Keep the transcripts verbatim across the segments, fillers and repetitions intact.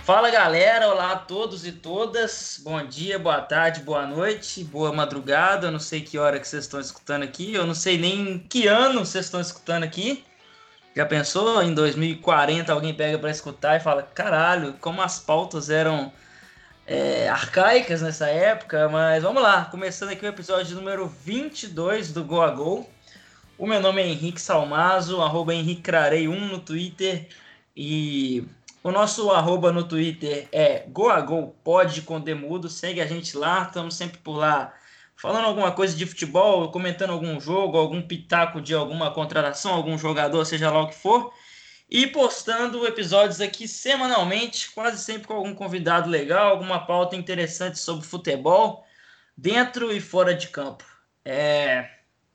Fala galera, olá a todos e todas, bom dia, boa tarde, boa noite, boa madrugada, eu não sei que hora que vocês estão escutando aqui, eu não sei nem que ano vocês estão escutando aqui. Já pensou em dois mil e quarenta alguém pega para escutar e fala, caralho, como as pautas eram é, arcaicas nessa época, mas vamos lá, começando aqui o episódio número vinte e dois do Go a Go. O meu nome é Henrique Salmazo, arroba Henrique Crarei um no Twitter e o nosso arroba no Twitter é goagopod com demudo, segue a gente lá, estamos sempre por lá falando alguma coisa de futebol, comentando algum jogo, algum pitaco de alguma contratação, algum jogador, seja lá o que for, e postando episódios aqui semanalmente, quase sempre com algum convidado legal, alguma pauta interessante sobre futebol, dentro e fora de campo. É...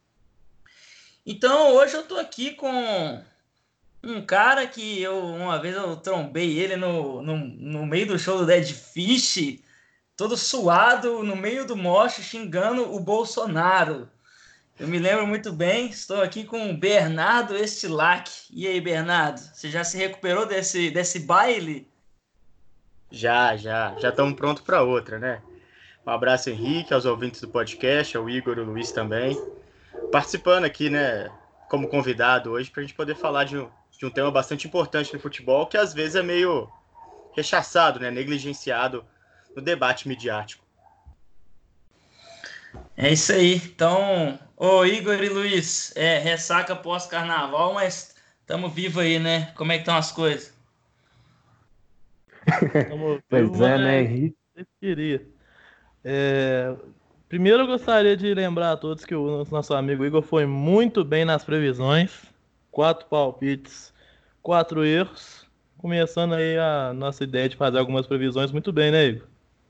Então hoje eu tô aqui com um cara que eu uma vez eu trombei ele no, no, no meio do show do Dead Fish, todo suado, no meio do moche, xingando o Bolsonaro. Eu me lembro muito bem, estou aqui com o Bernardo Estilac. E aí, Bernardo, você já se recuperou desse, desse baile? Já, já. Já estamos prontos para outra, né? Um abraço, Henrique, aos ouvintes do podcast, ao Igor e ao Luiz também. Participando aqui, né, como convidado hoje, para a gente poder falar de um, de um tema bastante importante no futebol, que às vezes é meio rechaçado, né, negligenciado no debate midiático. É isso aí. Então, ô Igor e Luiz, é ressaca pós-carnaval, mas estamos vivos aí, né? Como é que estão as coisas? Estamos vivos, Pois é, né, mas Henrique? eu queria. É, Primeiro eu gostaria de lembrar a todos que o nosso amigo Igor foi muito bem nas previsões. Quatro palpites, quatro erros. Começando aí a nossa ideia de fazer algumas previsões muito bem, né, Igor?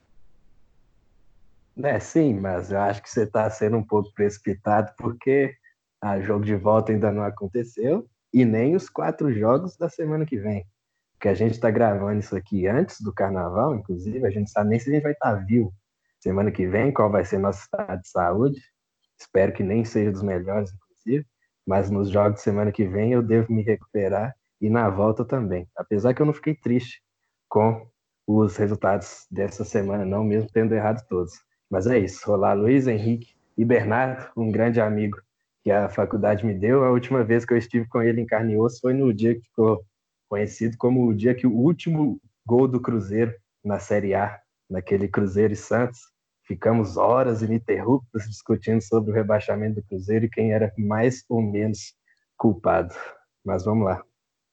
É, sim, mas eu acho que você está sendo um pouco precipitado porque o jogo de volta ainda não aconteceu e nem os quatro jogos da semana que vem. Porque a gente está gravando isso aqui antes do carnaval, inclusive, a gente sabe nem se a gente vai estar vivo semana que vem, qual vai ser nosso estado de saúde. Espero que nem seja dos melhores, inclusive, mas nos jogos de semana que vem eu devo me recuperar e na volta também. Apesar que eu não fiquei triste com os resultados dessa semana, não, mesmo tendo errado todos. Mas é isso. Olá, Luiz, Henrique e Bernardo, um grande amigo que a faculdade me deu. A última vez que eu estive com ele em carne e osso foi no dia que ficou conhecido como o dia que o último gol do Cruzeiro na Série A, naquele Cruzeiro e Santos, ficamos horas ininterruptas discutindo sobre o rebaixamento do Cruzeiro e quem era mais ou menos culpado. Mas vamos lá.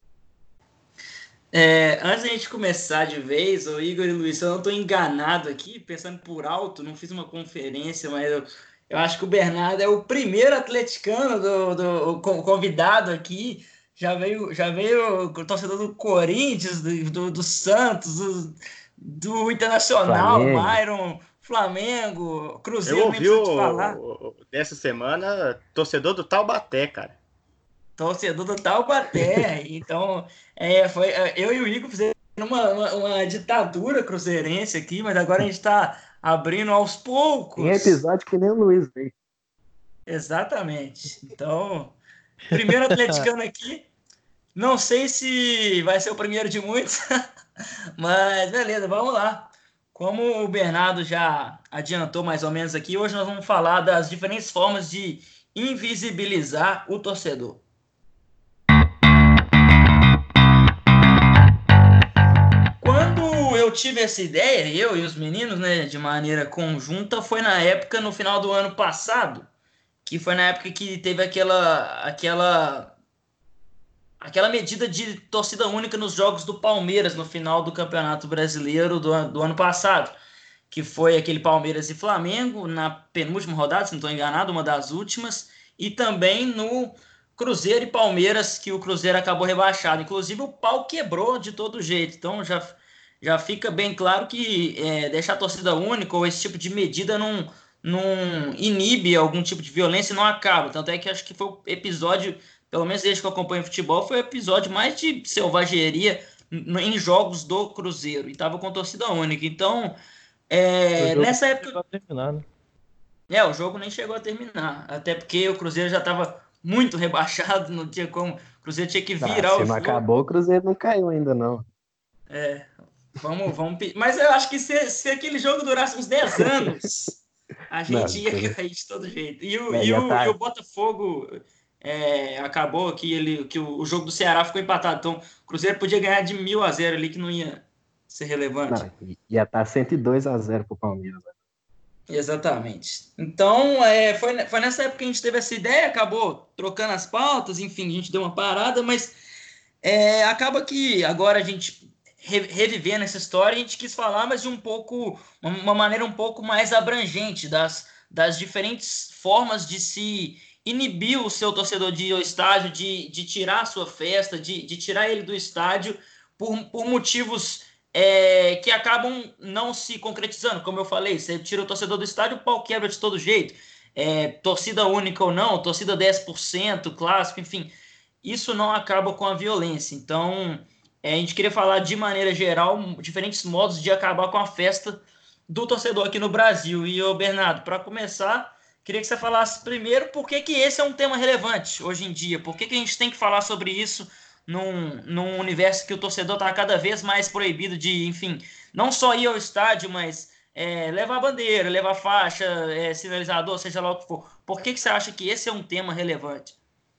É, antes da gente começar de vez, o Igor e Luiz, eu não estou enganado aqui, pensando por alto, não fiz uma conferência, mas eu, eu acho que o Bernardo é o primeiro atleticano do, do co- convidado aqui. Já veio, já veio o torcedor do Corinthians, do, do, do Santos, do, do Internacional, Flamengo. Myron, Flamengo, Eu Cruzeiro, nem ouvi preciso te falar. o, dessa semana torcedor do Taubaté, cara. Torcedor do Taubaté. Então, é, foi, é, eu e o Igor fizemos uma, uma, uma ditadura cruzeirense aqui, mas agora a gente está abrindo aos Tem poucos. episódio que nem o Luiz veio. Exatamente. Então, primeiro atleticano aqui. Não sei se vai ser o primeiro de muitos, mas beleza, vamos lá. Como o Bernardo já adiantou mais ou menos aqui, hoje nós vamos falar das diferentes formas de invisibilizar o torcedor. Quando eu tive essa ideia, eu e os meninos, né, de maneira conjunta, foi na época, no final do ano passado, que foi na época que teve aquela, aquela, aquela medida de torcida única nos jogos do Palmeiras no final do Campeonato Brasileiro do, an- do ano passado, que foi aquele Palmeiras e Flamengo na penúltima rodada, se não estou enganado, uma das últimas, e também no Cruzeiro e Palmeiras, que o Cruzeiro acabou rebaixado. Inclusive o pau quebrou de todo jeito, então já, já fica bem claro que é, deixar a torcida única ou esse tipo de medida não, não inibe algum tipo de violência e não acaba. Tanto é que acho que foi o episódio, pelo menos desde que eu acompanho futebol, foi o episódio mais de selvageria em jogos do Cruzeiro, e tava com torcida única. Então, O é, jogo nessa chegou época, a terminar, né? é, o jogo nem chegou a terminar, até porque o Cruzeiro já estava muito rebaixado, não tinha como, o Cruzeiro tinha que Ah, virar se o não jogo. acabou, o Cruzeiro não caiu ainda, não. É, Vamos, vamos. pe- Mas eu acho que se, se aquele jogo durasse uns dez anos, a Não, gente ia tudo- cair de todo jeito. E o, né, e ia o, e o tá, Botafogo é, acabou que, ele, que o, o jogo do Ceará ficou empatado. Então, o Cruzeiro podia ganhar de mil a zero ali, que não ia ser relevante. não, ia tá cento e dois a zero pro Palmeiras. Exatamente. Então, é, foi, foi nessa época que a gente teve essa ideia, acabou trocando as pautas, enfim, a gente deu uma parada, mas é, acaba que agora a gente re- revivendo essa história, a gente quis falar, mas de um pouco, uma uma maneira um pouco mais abrangente das, das diferentes formas de se inibir o seu torcedor de ir ao estádio, de, de tirar a sua festa, de, de tirar ele do estádio por, por motivos é, que acabam não se concretizando. Como eu falei, você tira o torcedor do estádio, o pau quebra de todo jeito. É, torcida única ou não, torcida dez por cento, clássico, enfim, isso não acaba com a violência. Então, é, a gente queria falar de maneira geral diferentes modos de acabar com a festa do torcedor aqui no Brasil. E, ô Bernardo, para começar, queria que você falasse primeiro por que, que esse é um tema relevante hoje em dia. Por que, que a gente tem que falar sobre isso num, num universo que o torcedor está cada vez mais proibido de, enfim, não só ir ao estádio, mas é, levar bandeira, levar faixa, é, sinalizador, seja lá o que for. Por que, que você acha que esse é um tema relevante?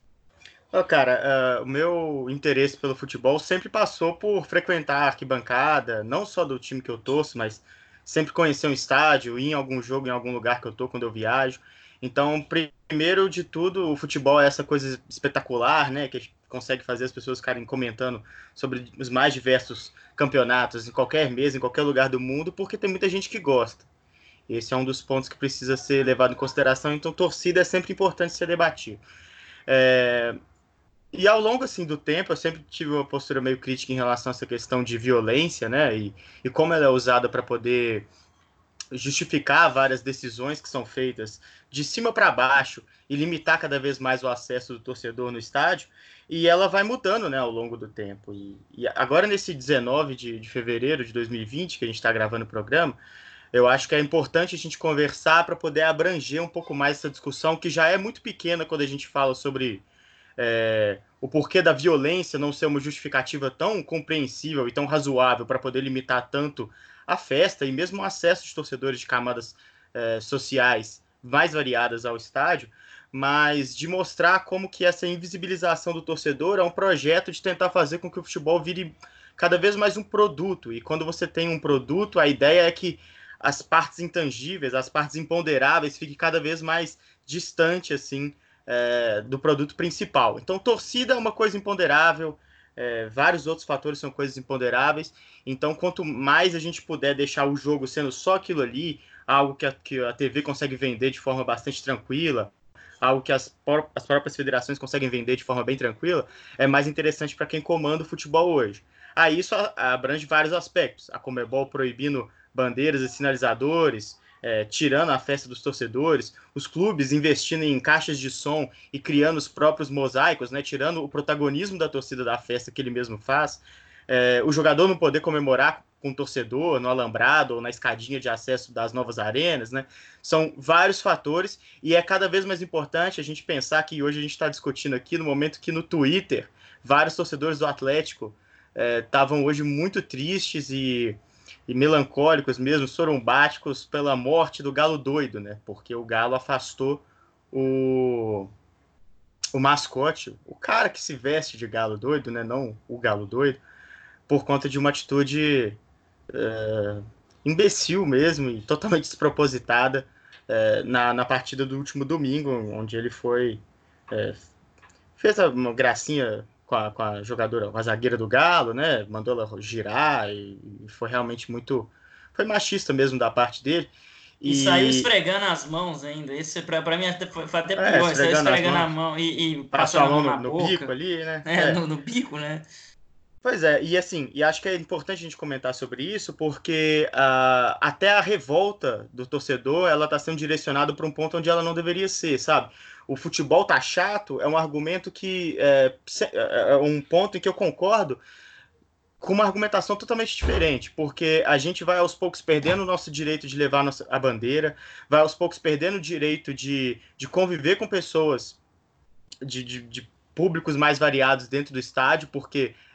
Ó, cara, uh, o meu interesse pelo futebol sempre passou por frequentar a arquibancada, não só do time que eu torço, mas sempre conhecer um estádio, ir em algum jogo, em algum lugar que eu tô quando eu viajo. Então, primeiro de tudo, o futebol é essa coisa espetacular, né, que consegue fazer as pessoas ficarem comentando sobre os mais diversos campeonatos, em qualquer mês, em qualquer lugar do mundo, porque tem muita gente que gosta. Esse é um dos pontos que precisa ser levado em consideração, então torcida é sempre importante ser debatido. É, E ao longo assim do tempo, eu sempre tive uma postura meio crítica em relação a essa questão de violência, né? E, e como ela é usada para poder justificar várias decisões que são feitas de cima para baixo e limitar cada vez mais o acesso do torcedor no estádio. E ela vai mudando, né, ao longo do tempo. E, e agora nesse dezenove de, de fevereiro de dois mil e vinte, que a gente está gravando o programa, eu acho que é importante a gente conversar para poder abranger um pouco mais essa discussão, que já é muito pequena quando a gente fala sobre é, o porquê da violência não ser uma justificativa tão compreensível e tão razoável para poder limitar tanto a festa e mesmo o acesso de torcedores de camadas é, sociais mais variadas ao estádio, mas de mostrar como que essa invisibilização do torcedor é um projeto de tentar fazer com que o futebol vire cada vez mais um produto. E quando você tem um produto, a ideia é que as partes intangíveis, as partes imponderáveis fiquem cada vez mais distante assim é, do produto principal. Então, torcida é uma coisa imponderável, é, vários outros fatores são coisas imponderáveis. Então, quanto mais a gente puder deixar o jogo sendo só aquilo ali, algo que a, que a T V consegue vender de forma bastante tranquila, algo que as, as próprias federações conseguem vender de forma bem tranquila, é mais interessante para quem comanda o futebol hoje. Aí isso abrange vários aspectos. A Conmebol proibindo bandeiras e sinalizadores, é, tirando a festa dos torcedores, os clubes investindo em caixas de som e criando os próprios mosaicos, né, tirando o protagonismo da torcida da festa que ele mesmo faz, é, o jogador não poder comemorar com o torcedor no alambrado ou na escadinha de acesso das novas arenas, né, são vários fatores e é cada vez mais importante a gente pensar que hoje a gente está discutindo aqui no momento que no Twitter vários torcedores do Atlético estavam é, hoje muito tristes e e melancólicos mesmo, sorumbáticos pela morte do Galo Doido, né? Porque o Galo afastou o, o mascote, o cara que se veste de Galo Doido, né? Não o Galo Doido, por conta de uma atitude é, imbecil mesmo e totalmente despropositada é, na, na partida do último domingo, onde ele foi é, fez uma gracinha com a, com a jogadora, com a zagueira do Galo, né? Mandou ela girar e, e foi realmente muito. Foi machista mesmo da parte dele. E saiu E. esfregando as mãos ainda. Isso pra, pra mim até, foi, foi até É, pior. Saiu esfregando as esfregando a mãos, mão e, e passou passando a a mão mão no, na no bico boca, ali, né? né? É. No, no bico, né? Pois é, e assim, e acho que é importante a gente comentar sobre isso, porque uh, até a revolta do torcedor, ela está sendo direcionada para um ponto onde ela não deveria ser, sabe? O futebol tá chato é um argumento que é, é um ponto em que eu concordo com uma argumentação totalmente diferente, porque a gente vai aos poucos perdendo o nosso direito de levar a bandeira, vai aos poucos perdendo o direito de, de conviver com pessoas de, de, de públicos mais variados dentro do estádio, porque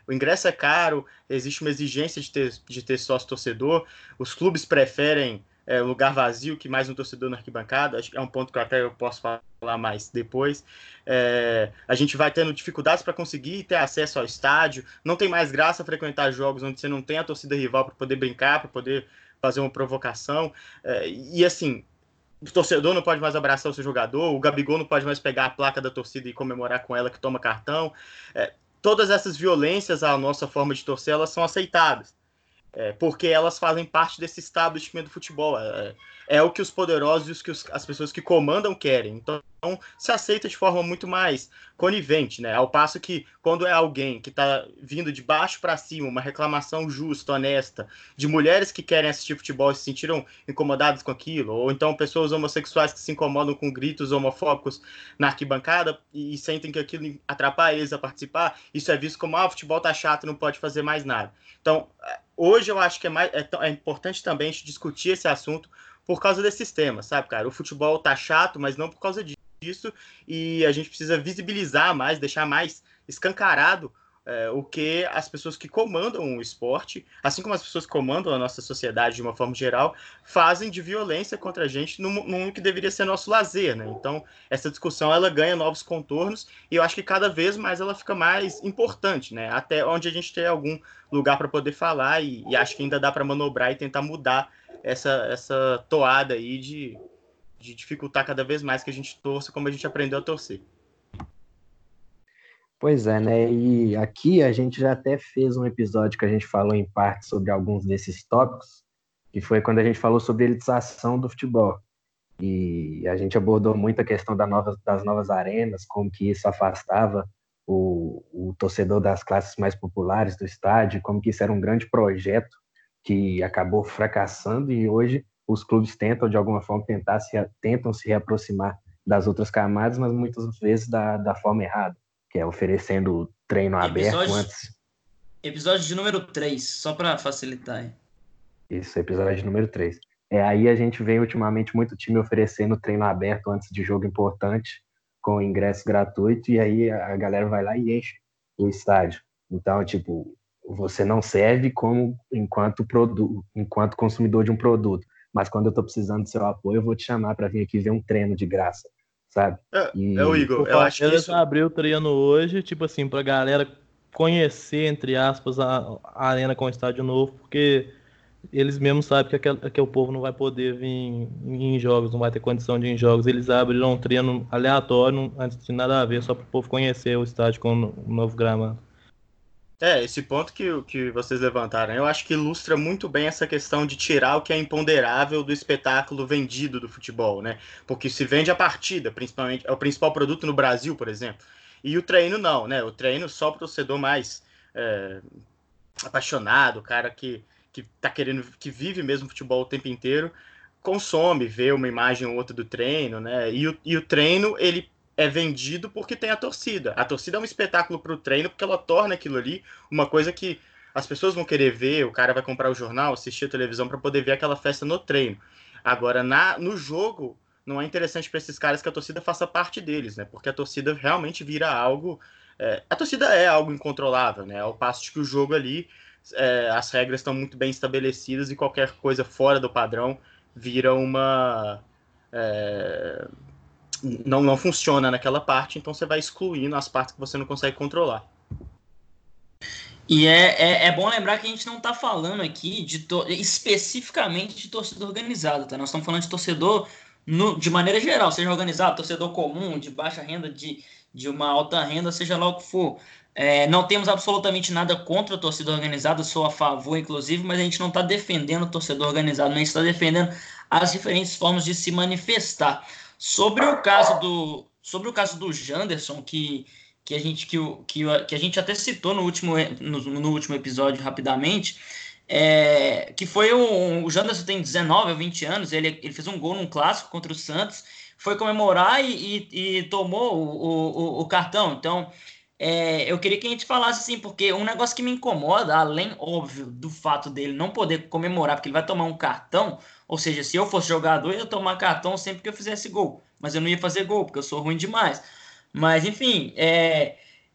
o ingresso é caro, existe uma exigência de ter, de ter sócio-torcedor, os clubes preferem é, lugar vazio que mais um torcedor na arquibancada, acho que é um ponto que até eu posso falar mais depois. É, a gente vai tendo dificuldades para conseguir ter acesso ao estádio, não tem mais graça frequentar jogos onde você não tem a torcida rival para poder brincar, para poder fazer uma provocação, é, e assim, o torcedor não pode mais abraçar o seu jogador, o Gabigol não pode mais pegar a placa da torcida e comemorar com ela que toma cartão. É, todas essas violências à nossa forma de torcer, elas são aceitadas. É, porque elas fazem parte desse establishment do futebol. É, é o que os poderosos e os que os, as pessoas que comandam querem. Então, se aceita de forma muito mais conivente, né? Ao passo que, quando é alguém que está vindo de baixo para cima, uma reclamação justa, honesta, de mulheres que querem assistir futebol e se sentiram incomodadas com aquilo, ou então pessoas homossexuais que se incomodam com gritos homofóbicos na arquibancada e, e sentem que aquilo atrapalha eles a participar, isso é visto como, ah, o futebol tá chato, não pode fazer mais nada. Então, hoje eu acho que é, mais, é, é importante também a gente discutir esse assunto por causa desses temas, sabe, cara? O futebol tá chato, mas não por causa disso, e a gente precisa visibilizar mais, deixar mais escancarado é, o que as pessoas que comandam o esporte, assim como as pessoas que comandam a nossa sociedade de uma forma geral, fazem de violência contra a gente num, num que deveria ser nosso lazer, né? Então, essa discussão, ela ganha novos contornos, e eu acho que cada vez mais ela fica mais importante, né? Até onde a gente tem algum lugar para poder falar, e, e acho que ainda dá para manobrar e tentar mudar essa, essa toada aí de, de dificultar cada vez mais que a gente torça como a gente aprendeu a torcer. Pois é, né? E aqui a gente já até fez um episódio que a gente falou em parte sobre alguns desses tópicos, que foi quando a gente falou sobre a elitização do futebol. E a gente abordou muito a questão da nova, das novas arenas, como que isso afastava o, o torcedor das classes mais populares do estádio, como que isso era um grande projeto que acabou fracassando, e hoje os clubes tentam, de alguma forma, tentar se, tentam se reaproximar das outras camadas, mas muitas vezes da, da forma errada, que é oferecendo treino Episódio, aberto antes. Episódio de número três, só para facilitar. Isso, episódio número três. É, aí a gente vê ultimamente muito time oferecendo treino aberto antes de jogo importante, com ingresso gratuito, e aí a galera vai lá e enche o estádio. Então, tipo, você não serve como enquanto, produ- enquanto consumidor de um produto, mas quando eu tô precisando do seu apoio, eu vou te chamar para vir aqui ver um treino de graça, sabe? É, E... é o Igor, eu acho que isso... abriu o treino hoje, tipo assim, pra galera conhecer, entre aspas, a, a arena com o estádio novo, porque eles mesmos sabem que, aquel, que o povo não vai poder vir em, em jogos, não vai ter condição de ir em jogos. Eles abriram um treino aleatório, antes de nada a ver, só para o povo conhecer o estádio com o novo gramado. É, esse ponto que, que vocês levantaram, eu acho que ilustra muito bem essa questão de tirar o que é imponderável do espetáculo vendido do futebol, né? Porque se vende a partida, principalmente, é o principal produto no Brasil, por exemplo. E o treino não, né? O treino só para o torcedor mais é, apaixonado, o cara que, que tá querendo, que vive mesmo futebol o tempo inteiro, consome, vê uma imagem ou outra do treino, né? E o, e o treino, ele é vendido porque tem a torcida. A torcida é um espetáculo para o treino porque ela torna aquilo ali uma coisa que as pessoas vão querer ver, o cara vai comprar o jornal, assistir a televisão para poder ver aquela festa no treino. Agora, na, no jogo, não é interessante para esses caras que a torcida faça parte deles, né? Porque a torcida realmente vira algo... É, a torcida é algo incontrolável, né? Ao passo de que o jogo ali, é, as regras estão muito bem estabelecidas e qualquer coisa fora do padrão vira uma... É, Não, não funciona naquela parte, então você vai excluindo as partes que você não consegue controlar. E é, é, é bom lembrar que a gente não está falando aqui de to- especificamente de torcedor organizado, tá? Nós estamos falando de torcedor no, de maneira geral, seja organizado, torcedor comum, de baixa renda, de, de uma alta renda, seja lá o que for. É, não temos absolutamente nada contra o torcedor organizado, sou a favor, inclusive, mas a gente não está defendendo o torcedor organizado, a gente está defendendo as diferentes formas de se manifestar. Sobre o caso do, sobre o caso do Janderson, que que a gente, que, que, que a gente até citou no último, no, no último episódio rapidamente, é, que foi o, o Janderson tem dezenove ou vinte anos, ele, ele fez um gol num clássico contra o Santos, foi comemorar e, e, e tomou o, o, o cartão. Então, é, eu queria que a gente falasse assim, porque um negócio que me incomoda, além, óbvio, do fato dele não poder comemorar, porque ele vai tomar um cartão, ou seja, se eu fosse jogador, eu ia tomar cartão sempre que eu fizesse gol, mas eu não ia fazer gol, porque eu sou ruim demais. Mas, enfim, é,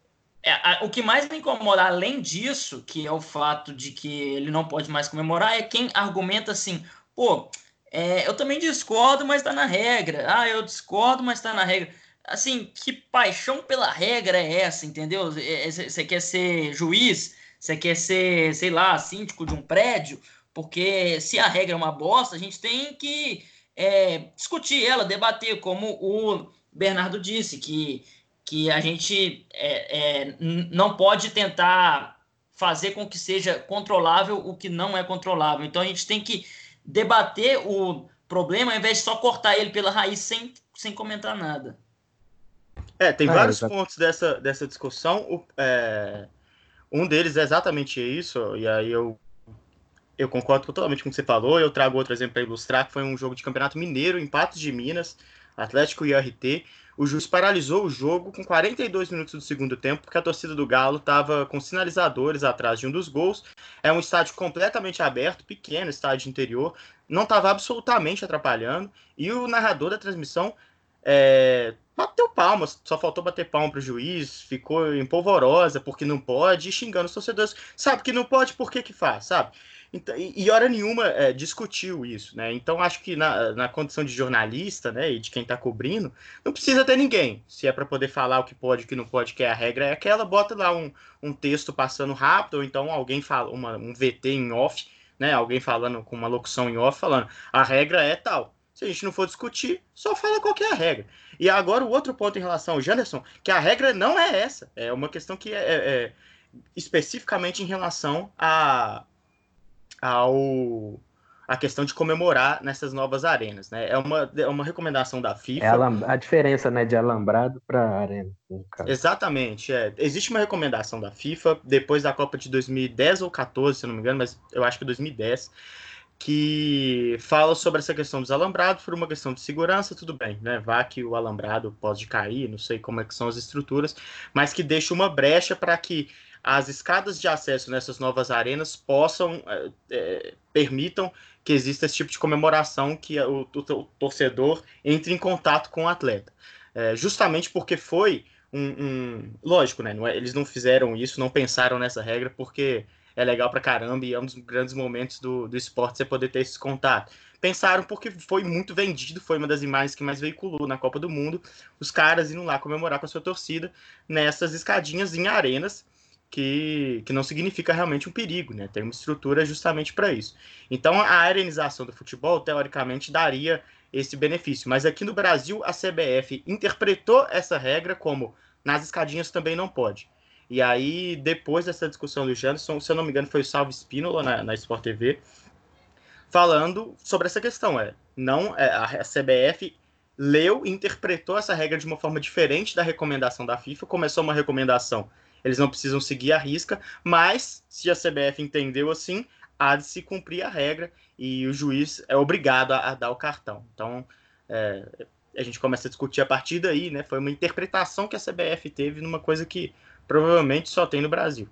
É, a, o que mais me incomoda, além disso, que é o fato de que ele não pode mais comemorar, é quem argumenta assim, pô, é, eu também discordo, mas tá na regra. Ah, eu discordo, mas tá na regra. Assim, que paixão pela regra é essa, entendeu? Você quer ser juiz? Você quer ser, sei lá, síndico de um prédio? Porque se a regra é uma bosta, a gente tem que é, discutir ela, debater, como o Bernardo disse, que que a gente é, é, não pode tentar fazer com que seja controlável o que não é controlável. Então a gente tem que debater o problema ao invés de só cortar ele pela raiz sem, sem comentar nada. É, tem Ah, vários exato. pontos dessa, dessa discussão. O, é, um deles é exatamente isso, e aí eu, eu concordo totalmente com o que você falou. Eu trago outro exemplo para ilustrar, que foi um jogo de Campeonato Mineiro, em Patos de Minas, Atlético e R T. O juiz paralisou o jogo com quarenta e dois minutos do segundo tempo, porque a torcida do Galo estava com sinalizadores atrás de um dos gols. É um estádio completamente aberto, pequeno, estádio interior, não estava absolutamente atrapalhando. E o narrador da transmissão é, bateu palmas, só faltou bater palma para o juiz, ficou em polvorosa porque não pode, e xingando os torcedores. Sabe que não pode, por que que faz, sabe? Então, e, e hora nenhuma é, discutiu isso, né? Então acho que na, na condição de jornalista, né, e de quem está cobrindo, não precisa ter ninguém. Se é para poder falar o que pode e o que não pode, que é a regra é aquela, bota lá um, um texto passando rápido, ou então alguém fala, uma, um V T em off, né? Alguém falando com uma locução em off, falando a regra é tal. Se a gente não for discutir, só fala qual que é a regra. E agora o outro ponto em relação ao Janderson, que a regra não é essa. É uma questão que é, é, é especificamente em relação a ao a questão de comemorar nessas novas arenas, né? É uma, é uma recomendação da É FIFA. alam- a diferença, né, de alambrado para arena, no caso. Exatamente, é. Existe uma recomendação da FIFA depois da Copa de dois mil e dez ou catorze, se eu não me engano, mas eu acho que dois mil e dez, que fala sobre essa questão dos alambrados por uma questão de segurança, tudo bem, né? Vá que o alambrado pode cair, não sei como é que são as estruturas, mas que deixa uma brecha para que as escadas de acesso nessas novas arenas possam, é, é, permitam que exista esse tipo de comemoração, que o, o, o torcedor entre em contato com o atleta. É, justamente porque foi um, um lógico, né? Não é, eles não fizeram isso, não pensaram nessa regra, porque é legal pra caramba e é um dos grandes momentos do, do esporte você poder ter esse contato. Pensaram porque foi muito vendido, foi uma das imagens que mais veiculou na Copa do Mundo, os caras indo lá comemorar com a sua torcida nessas escadinhas em arenas, que, que não significa realmente um perigo, né? Tem uma estrutura justamente para isso. Então a arenização do futebol, teoricamente, daria esse benefício. Mas aqui no Brasil, a C B F interpretou essa regra como nas escadinhas também não pode. E aí, depois dessa discussão do Janderson, se eu não me engano, foi o Salvo Spínola na, na Sport T V, falando sobre essa questão. É, não, é, a C B F leu e interpretou essa regra de uma forma diferente da recomendação da FIFA. Começou uma recomendação, eles não precisam seguir a risca, mas se a C B F entendeu assim, há de se cumprir a regra e o juiz é obrigado a, a dar o cartão. Então, é, a gente começa a discutir a partir daí, né? Foi uma interpretação que a C B F teve numa coisa que provavelmente só tem no Brasil.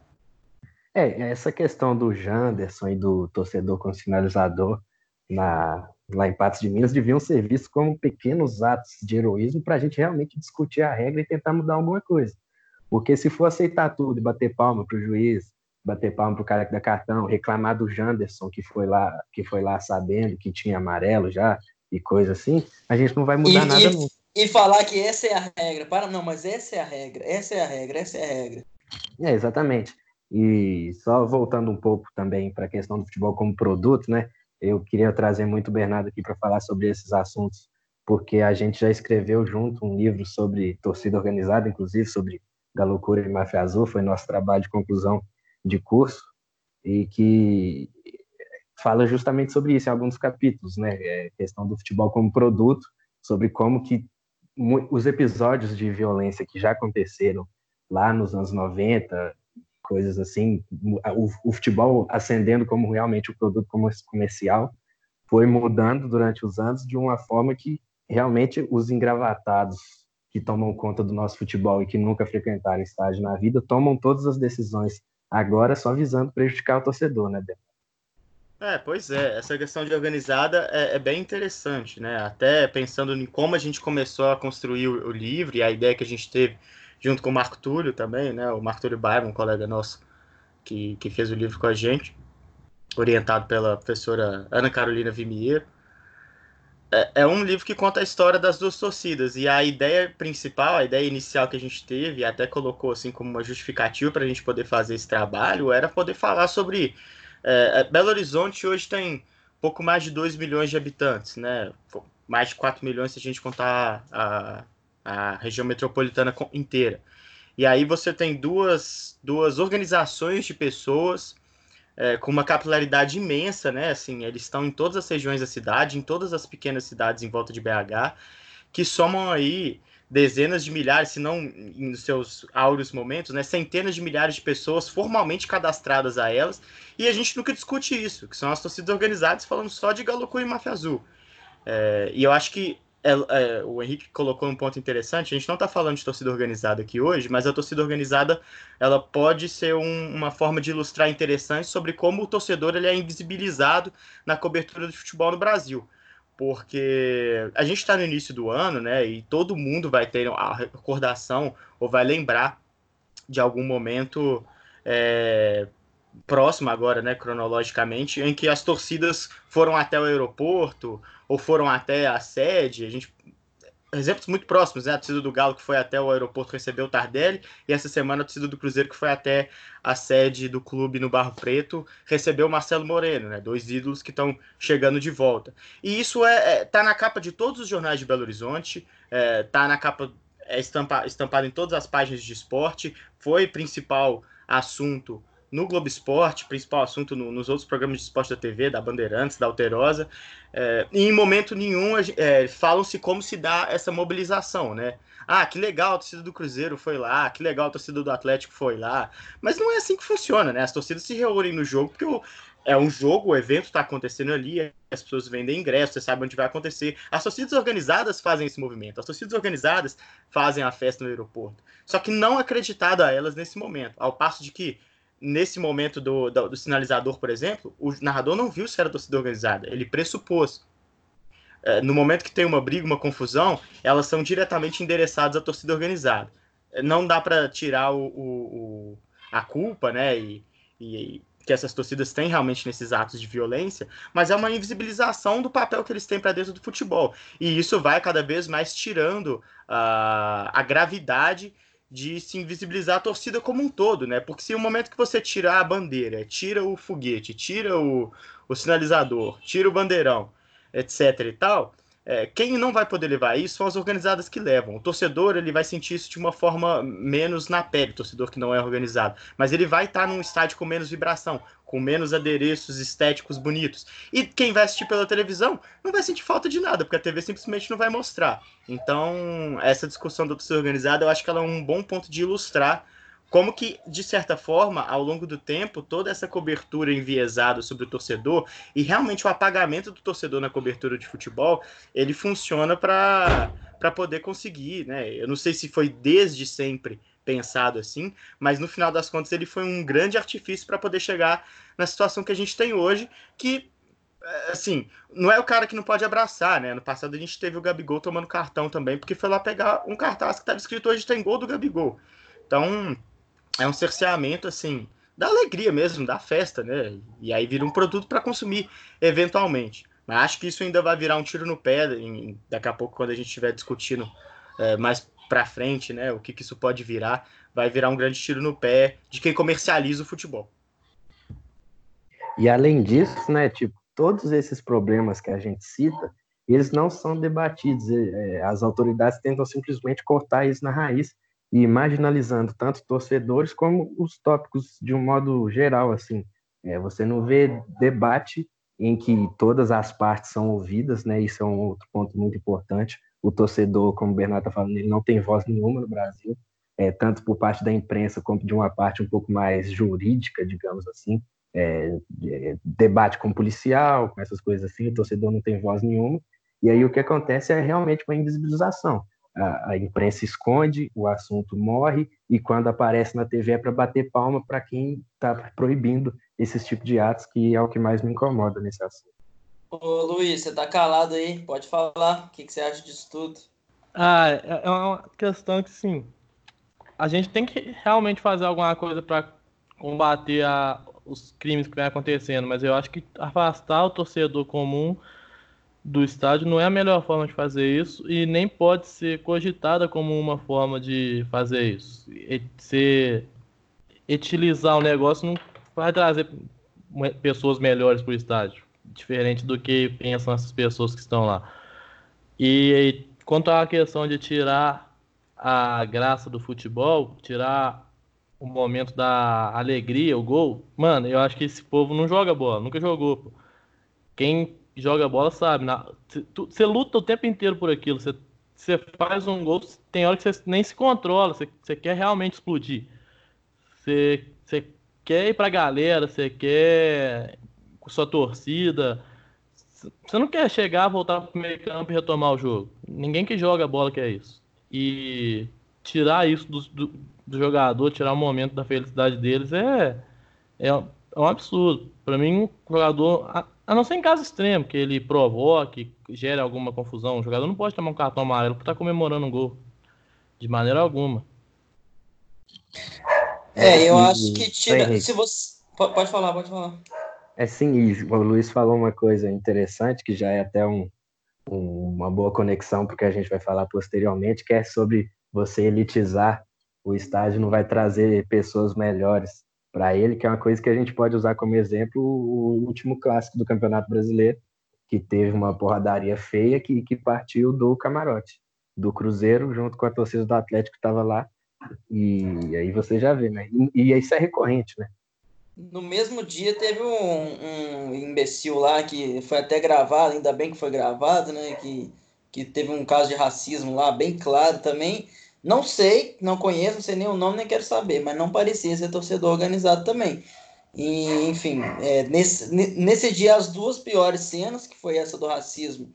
É, essa questão do Janderson e do torcedor com sinalizador na, lá em Patos de Minas deviam ser vistos como pequenos atos de heroísmo para a gente realmente discutir a regra e tentar mudar alguma coisa. Porque se for aceitar tudo e bater palma para o juiz, bater palma para o cara que dá cartão, reclamar do Janderson que foi lá, que foi lá sabendo que tinha amarelo já e coisa assim, a gente não vai mudar e, nada e, nunca. E falar que essa é a regra. Para, não, mas essa é a regra, essa é a regra, essa é a regra. É, exatamente. E só voltando um pouco também para a questão do futebol como produto, né? Eu queria trazer muito o Bernardo aqui para falar sobre esses assuntos, porque a gente já escreveu junto um livro sobre torcida organizada, inclusive sobre Galocura e Máfia Azul, foi nosso trabalho de conclusão de curso, e que fala justamente sobre isso em alguns capítulos, né? É questão do futebol como produto, sobre como que os episódios de violência que já aconteceram lá nos anos noventa, coisas assim, o, o futebol ascendendo como realmente o produto comercial, foi mudando durante os anos de uma forma que realmente os engravatados que tomam conta do nosso futebol e que nunca frequentaram estádio na vida, tomam todas as decisões agora só visando prejudicar o torcedor, né, Beto? É, pois é, essa questão de organizada é, é bem interessante, né? Até pensando em como a gente começou a construir o, o livro e a ideia que a gente teve junto com o Marco Túlio também, né? O Marco Túlio Baiman, um colega nosso que, que fez o livro com a gente, orientado pela professora Ana Carolina Vimier. É, é um livro que conta a história das duas torcidas, e a ideia principal, a ideia inicial que a gente teve, e até colocou assim como uma justificativa para a gente poder fazer esse trabalho, era poder falar sobre... É, Belo Horizonte hoje tem pouco mais de dois milhões de habitantes, né? Mais de quatro milhões se a gente contar a, a região metropolitana inteira. E aí você tem duas, duas organizações de pessoas é, com uma capilaridade imensa, né? Assim, eles estão em todas as regiões da cidade, em todas as pequenas cidades em volta de B H, que somam aí dezenas de milhares, se não nos seus áureos momentos, né, centenas de milhares de pessoas formalmente cadastradas a elas, e a gente nunca discute isso, que são as torcidas organizadas, falando só de Galo e Máfia Azul. É, e eu acho que é, é, o Henrique colocou um ponto interessante, a gente não está falando de torcida organizada aqui hoje, mas a torcida organizada ela pode ser um, uma forma de ilustrar interessante sobre como o torcedor ele é invisibilizado na cobertura de futebol no Brasil. Porque a gente está no início do ano, né? E todo mundo vai ter a recordação ou vai lembrar de algum momento é, próximo agora, né? Cronologicamente, em que as torcidas foram até o aeroporto ou foram até a sede. A gente exemplos muito próximos, né? A torcida do Galo que foi até o aeroporto receber o Tardelli, e essa semana a torcida do Cruzeiro que foi até a sede do clube no Barro Preto recebeu o Marcelo Moreno, né? Dois ídolos que estão chegando de volta. E isso é, é tá na capa de todos os jornais de Belo Horizonte, é, tá na capa é estampa, estampado em todas as páginas de esporte, foi principal assunto no Globo Esporte, principal assunto no, nos outros programas de esporte da T V, da Bandeirantes, da Alterosa, é, e em momento nenhum é, falam-se como se dá essa mobilização, né? Ah, que legal, a torcida do Cruzeiro foi lá, que legal, a torcida do Atlético foi lá, mas não é assim que funciona, né? As torcidas se reúnem no jogo porque o, é um jogo, o evento está acontecendo ali, as pessoas vendem ingressos, você sabe onde vai acontecer. As torcidas organizadas fazem esse movimento, as torcidas organizadas fazem a festa no aeroporto, só que não acreditado a elas nesse momento, ao passo de que nesse momento do, do, do sinalizador, por exemplo, o narrador não viu se era torcida organizada, ele pressupôs. É, no momento que tem uma briga, uma confusão, elas são diretamente endereçadas à torcida organizada. Não dá para tirar o, o, o, a culpa, né, e, e que essas torcidas têm realmente nesses atos de violência, mas é uma invisibilização do papel que eles têm para dentro do futebol. E isso vai cada vez mais tirando uh, a gravidade de se invisibilizar a torcida como um todo, né? Porque se o momento que você tira a bandeira, tira o foguete, tira o, o sinalizador, tira o bandeirão, etc e tal, é, quem não vai poder levar isso são as organizadas que levam. O torcedor ele vai sentir isso de uma forma menos na pele, torcedor que não é organizado. Mas ele vai estar num estádio com menos vibração, com menos adereços estéticos bonitos. E quem vai assistir pela televisão não vai sentir falta de nada, porque a T V simplesmente não vai mostrar. Então, essa discussão da torcida organizada, eu acho que ela é um bom ponto de ilustrar como que, de certa forma, ao longo do tempo, toda essa cobertura enviesada sobre o torcedor e realmente o apagamento do torcedor na cobertura de futebol, ele funciona para para poder conseguir, né? Eu não sei se foi desde sempre pensado assim, mas no final das contas ele foi um grande artifício para poder chegar na situação que a gente tem hoje, que assim, não é o cara que não pode abraçar, né? No passado a gente teve o Gabigol tomando cartão também, porque foi lá pegar um cartaz que estava escrito hoje tem gol do Gabigol. Então, é um cerceamento, assim, da alegria mesmo, da festa, né? E aí vira um produto para consumir, eventualmente. Mas acho que isso ainda vai virar um tiro no pé, em, daqui a pouco, quando a gente estiver discutindo é, mais para frente, né? O que, que isso pode virar, vai virar um grande tiro no pé de quem comercializa o futebol. E além disso, né, tipo, todos esses problemas que a gente cita, eles não são debatidos. As autoridades tentam simplesmente cortar isso na raiz e marginalizando tanto torcedores como os tópicos de um modo geral, assim. É, você não vê debate em que todas as partes são ouvidas, né? Isso é um outro ponto muito importante. O torcedor, como o Bernardo está falando, ele não tem voz nenhuma no Brasil, é, tanto por parte da imprensa como de uma parte um pouco mais jurídica, digamos assim. É, é, debate com o policial, com essas coisas assim, o torcedor não tem voz nenhuma. E aí o que acontece é realmente uma invisibilização. A, a imprensa esconde, o assunto morre, e quando aparece na T V é para bater palma para quem está proibindo esses tipos de atos, que é o que mais me incomoda nesse assunto. Ô Luiz, você tá calado aí, pode falar, o que, que você acha disso tudo? Ah, é uma questão que, sim, a gente tem que realmente fazer alguma coisa para combater a, os crimes que vem acontecendo, mas eu acho que afastar o torcedor comum do estádio não é a melhor forma de fazer isso e nem pode ser cogitada como uma forma de fazer isso. E ser, utilizar o negócio não vai trazer pessoas melhores para o estádio, diferente do que pensam essas pessoas que estão lá. E quanto à questão de tirar a graça do futebol, tirar o momento da alegria, o gol, mano, eu acho que esse povo não joga bola, nunca jogou, pô. Quem joga bola sabe, você luta o tempo inteiro por aquilo, você faz um gol, tem hora que você nem se controla, você quer realmente explodir. Você quer ir pra galera, você quer com sua torcida. Você não quer chegar, voltar pro meio campo e retomar o jogo. Ninguém que joga bola quer isso. E tirar isso do, do, do jogador, tirar o momento da felicidade deles é, é, é um absurdo. Para mim, um jogador, a, a não ser em caso extremo, que ele provoque, gere alguma confusão, o jogador não pode tomar um cartão amarelo por estar comemorando um gol. De maneira alguma. É, eu e, acho que tira. Se você. po- Pode falar, pode falar. É sim, e o Luiz falou uma coisa interessante, que já é até um, um- uma boa conexão para o que a gente vai falar posteriormente, que é sobre você elitizar o estádio, não vai trazer pessoas melhores para ele, que é uma coisa que a gente pode usar como exemplo o último clássico do Campeonato Brasileiro, que teve uma porradaria feia que, que partiu do camarote, do Cruzeiro, junto com a torcida do Atlético que estava lá, e aí você já vê, né? E, e isso é recorrente, né? No mesmo dia teve um, um imbecil lá que foi até gravado, ainda bem que foi gravado, né? Que, que teve um caso de racismo lá, bem claro também. Não sei, não conheço, não sei nem o nome, nem quero saber, mas não parecia ser torcedor organizado também. E, enfim, é, nesse, ne- nesse dia as duas piores cenas, que foi essa do racismo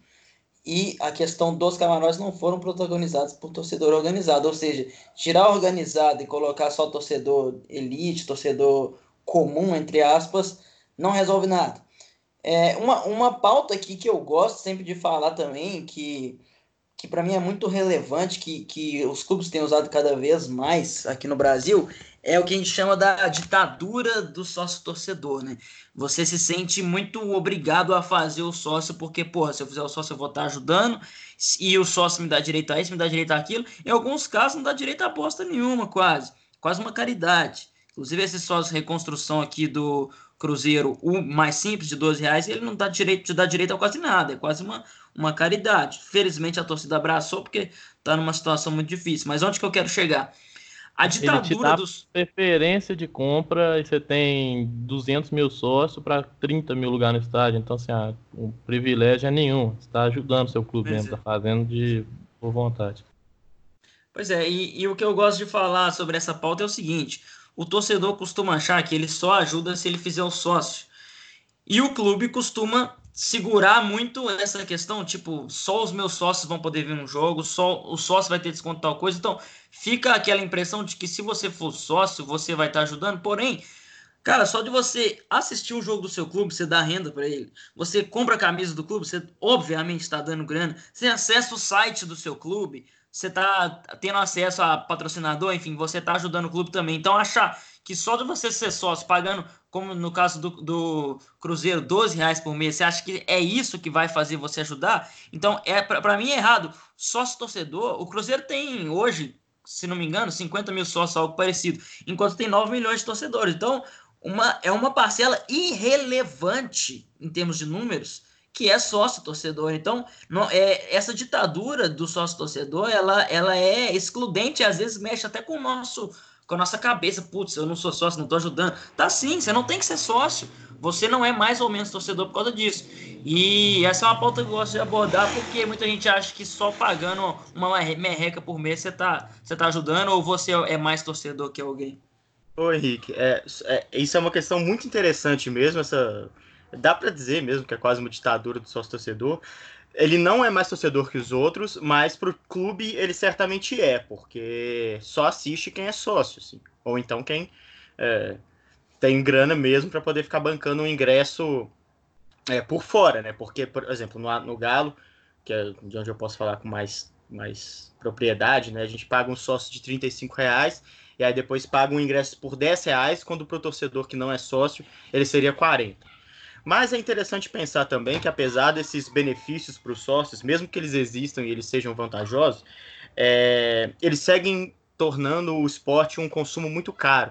e a questão dos camarotes, não foram protagonizados por torcedor organizado. Ou seja, tirar organizado e colocar só torcedor elite, torcedor comum, entre aspas, não resolve nada. É, uma, uma pauta aqui que eu gosto sempre de falar também, que, que para mim é muito relevante, que, que os clubes têm usado cada vez mais aqui no Brasil, é o que a gente chama da ditadura do sócio-torcedor, né? Você se sente muito obrigado a fazer o sócio, porque, porra, se eu fizer o sócio eu vou estar ajudando, e o sócio me dá direito a isso, me dá direito àquilo. Em alguns casos não dá direito a bosta nenhuma, quase. Quase uma caridade. Inclusive esse sócio reconstrução aqui do Cruzeiro, o mais simples, de doze reais, ele não dá direito, te dá direito a quase nada, é quase uma, uma caridade. Felizmente a torcida abraçou, porque tá numa situação muito difícil. Mas onde que eu quero chegar? A Ele te ditadura dá dos... preferência de compra e você tem duzentos mil sócios para trinta mil lugares no estádio. Então, assim, ah, um privilégio é nenhum. Você está ajudando o seu clube Pois mesmo, está é. fazendo de por vontade. Pois é, e, e o que eu gosto de falar sobre essa pauta é o seguinte: o torcedor costuma achar que ele só ajuda se ele fizer o sócio. E o clube costuma segurar muito essa questão, tipo, só os meus sócios vão poder vir no jogo, só o sócio vai ter desconto tal coisa. Então, fica aquela impressão de que se você for sócio, você vai estar ajudando. Porém, cara, só de você assistir o jogo do seu clube, você dá renda para ele. Você compra a camisa do clube, você obviamente está dando grana. Você acessa o site do seu clube, você está tendo acesso a patrocinador, enfim, você está ajudando o clube também. Então, achar que só de você ser sócio, pagando, como no caso do, do Cruzeiro, doze reais por mês, você acha que é isso que vai fazer você ajudar? Então, é para mim é errado. Sócio torcedor, o Cruzeiro tem hoje, se não me engano, cinquenta mil sócios, algo parecido, enquanto tem nove milhões de torcedores. Então, uma, é uma parcela irrelevante em termos de números, que é sócio-torcedor. Então, não, é, essa ditadura do sócio-torcedor, ela, ela é excludente e às vezes mexe até com o nosso, com a nossa cabeça. Putz, eu não sou sócio, não estou ajudando. Tá sim, você não tem que ser sócio. Você não é mais ou menos torcedor por causa disso. E essa é uma pauta que eu gosto de abordar, porque muita gente acha que só pagando uma merreca por mês você tá, você tá ajudando, ou você é mais torcedor que alguém. Ô Henrique, é, é- isso é uma questão muito interessante mesmo, essa, dá pra dizer mesmo que é quase uma ditadura do sócio-torcedor. Ele não é mais torcedor que os outros, mas pro clube ele certamente é, porque só assiste quem é sócio, assim. Ou então quem é, tem grana mesmo para poder ficar bancando um ingresso é, por fora, né? Porque, por exemplo, no, no Galo, que é de onde eu posso falar com mais mais propriedade, né? A gente paga um sócio de trinta e cinco reais e aí depois paga um ingresso por dez reais, quando para o torcedor que não é sócio, ele seria quarenta. Mas é interessante pensar também que, apesar desses benefícios para os sócios, mesmo que eles existam e eles sejam vantajosos, é, eles seguem tornando o esporte um consumo muito caro.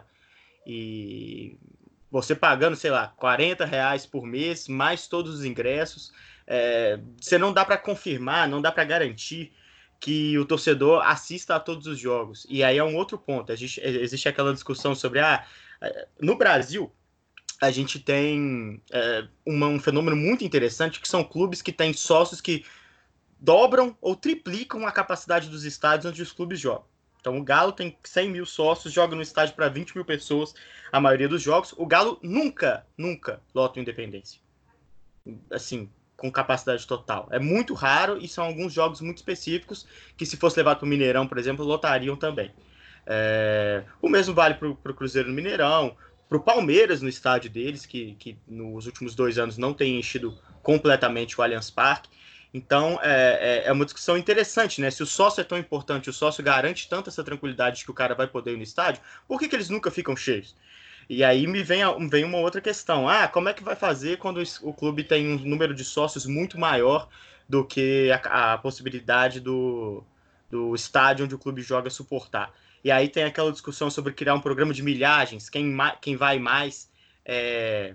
E você pagando, sei lá, quarenta reais por mês, mais todos os ingressos, é, você não dá para confirmar, não dá para garantir que o torcedor assista a todos os jogos. E aí é um outro ponto. Existe, existe aquela discussão sobre, ah, no Brasil, a gente tem é, uma, um fenômeno muito interessante, que são clubes que têm sócios que dobram ou triplicam a capacidade dos estádios onde os clubes jogam. Então o Galo tem cem mil sócios, joga no estádio para vinte mil pessoas a maioria dos jogos. O Galo nunca, nunca lota o Independência. Assim, com capacidade total. É muito raro e são alguns jogos muito específicos que, se fosse levado para o Mineirão, por exemplo, lotariam também. É, o mesmo vale para o Cruzeiro no Mineirão, para o Palmeiras no estádio deles, que, que nos últimos dois anos não tem enchido completamente o Allianz Parque. Então, é, é uma discussão interessante, né? Se o sócio é tão importante, o sócio garante tanto essa tranquilidade de que o cara vai poder ir no estádio, por que, que eles nunca ficam cheios? E aí me vem, vem uma outra questão. Ah, como é que vai fazer quando o clube tem um número de sócios muito maior do que a, a possibilidade do, do estádio onde o clube joga suportar? E aí tem aquela discussão sobre criar um programa de milhagens, quem, quem vai mais é,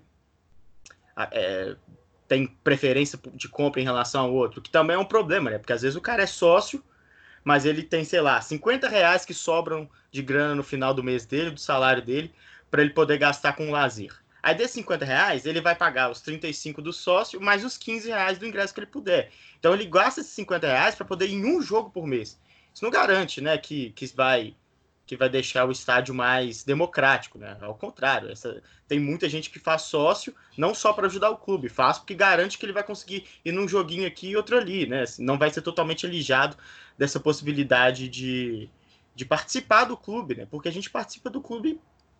é, tem preferência de compra em relação ao outro, que também é um problema, né? Porque às vezes o cara é sócio, mas ele tem, sei lá, cinquenta reais que sobram de grana no final do mês dele, do salário dele, para ele poder gastar com lazer. Aí desses cinquenta reais, ele vai pagar os trinta e cinco do sócio, mais os quinze reais do ingresso que ele puder. Então ele gasta esses cinquenta reais para poder ir em um jogo por mês. Isso não garante, né, que, que vai... que vai deixar o estádio mais democrático, né? Ao contrário, essa, tem muita gente que faz sócio não só para ajudar o clube, faz porque garante que ele vai conseguir ir num joguinho aqui e outro ali, né? Não vai ser totalmente alijado dessa possibilidade de, de participar do clube, né? Porque a gente participa do clube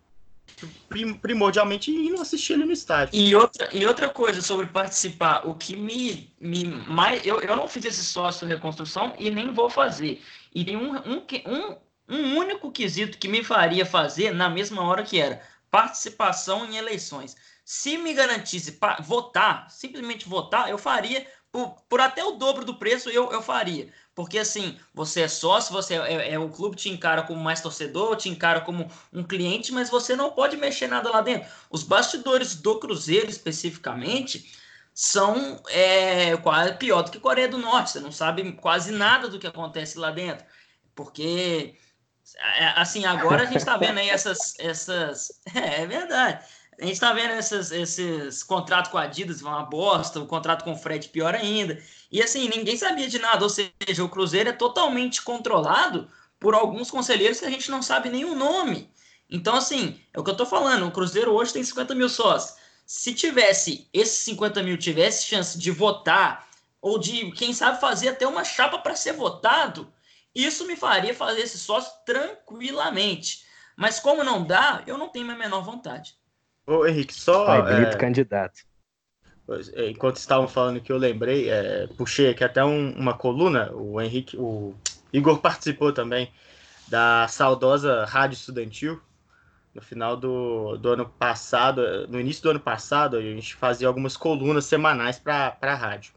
prim, primordialmente indo assistir ele no estádio. E outra, e outra coisa sobre participar, o que me, me mais... Eu, eu não fiz esse sócio reconstrução e nem vou fazer. E tem um, um, um Um único quesito que me faria fazer na mesma hora, que era participação em eleições. Se me garantisse votar, simplesmente votar, eu faria por, por até o dobro do preço, eu, eu faria. Porque assim, você é sócio, você é, é, é o clube te encara como mais torcedor, te encara como um cliente, mas você não pode mexer nada lá dentro. Os bastidores do Cruzeiro, especificamente, são é, quase pior do que Coreia do Norte. Você não sabe quase nada do que acontece lá dentro. Porque... Assim, agora a gente está vendo aí essas... essas... É, é verdade. A gente está vendo essas, esses contratos com a Adidas, uma bosta, o contrato com o Fred pior ainda. E assim, ninguém sabia de nada, ou seja, o Cruzeiro é totalmente controlado por alguns conselheiros que a gente não sabe nem o nome. Então, assim, é o que eu tô falando, o Cruzeiro hoje tem cinquenta mil sócios. Se tivesse, esses cinquenta mil tivesse chance de votar, ou de, quem sabe, fazer até uma chapa para ser votado, isso me faria fazer esse sócio tranquilamente. Mas como não dá, eu não tenho a menor vontade. Ô, Henrique, só... Vai, grito é... candidato. Enquanto estavam falando que eu lembrei, é, puxei aqui até um, uma coluna, o Henrique, o Igor participou também da saudosa Rádio Estudantil, no final do, do ano passado, no início do ano passado, a gente fazia algumas colunas semanais para a rádio.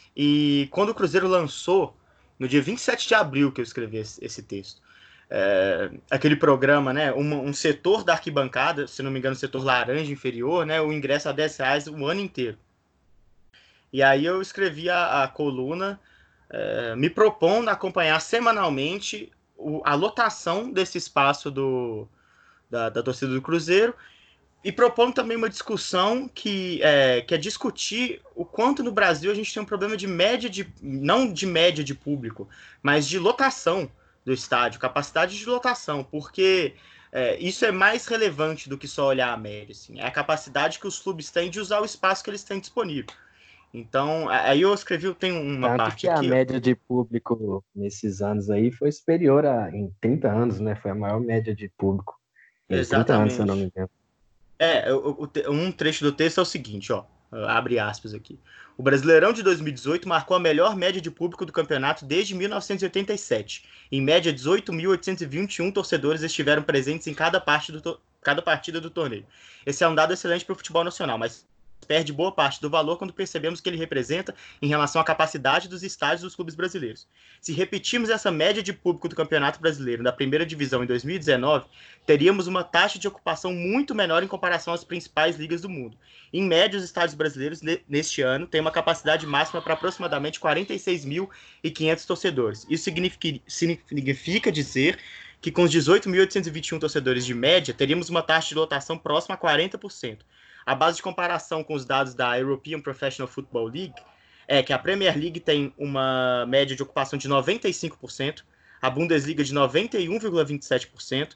E quando o Cruzeiro lançou, no dia vinte e sete de abril que eu escrevi esse, esse texto, é, aquele programa, né, um, um setor da arquibancada, se não me engano, setor laranja inferior, né, o ingresso a dez reais o ano inteiro. E aí eu escrevi a, a coluna é, me propondo acompanhar semanalmente o, a lotação desse espaço do, da, da torcida do Cruzeiro e propondo também uma discussão que é, que é discutir o quanto no Brasil a gente tem um problema de média de, não de média de público, mas de lotação do estádio, capacidade de lotação, porque é, isso é mais relevante do que só olhar a média, assim, é a capacidade que os clubes têm de usar o espaço que eles têm disponível. Então, aí eu escrevi, tem uma Tanto parte que a aqui... média de público nesses anos aí foi superior a, em trinta anos, né? Foi a maior média de público em trinta anos, se eu não me Exatamente. engano. É, o, o, um trecho do texto é o seguinte, ó. abre aspas aqui. O Brasileirão de dois mil e dezoito marcou a melhor média de público do campeonato desde mil novecentos e oitenta e sete. Em média, dezoito mil oitocentos e vinte e um torcedores estiveram presentes em cada, parte do to- cada partida do torneio. Esse é um dado excelente para o futebol nacional, mas perde boa parte do valor quando percebemos que ele representa em relação à capacidade dos estádios dos clubes brasileiros. Se repetirmos essa média de público do Campeonato Brasileiro da primeira divisão em dois mil e dezenove, teríamos uma taxa de ocupação muito menor em comparação às principais ligas do mundo. Em média, os estádios brasileiros neste ano têm uma capacidade máxima para aproximadamente quarenta e seis mil e quinhentos torcedores. Isso significa, significa dizer que com os dezoito mil oitocentos e vinte e um torcedores de média, teríamos uma taxa de lotação próxima a quarenta por cento. A base de comparação com os dados da European Professional Football League é que a Premier League tem uma média de ocupação de noventa e cinco por cento, a Bundesliga de noventa e um vírgula vinte e sete por cento,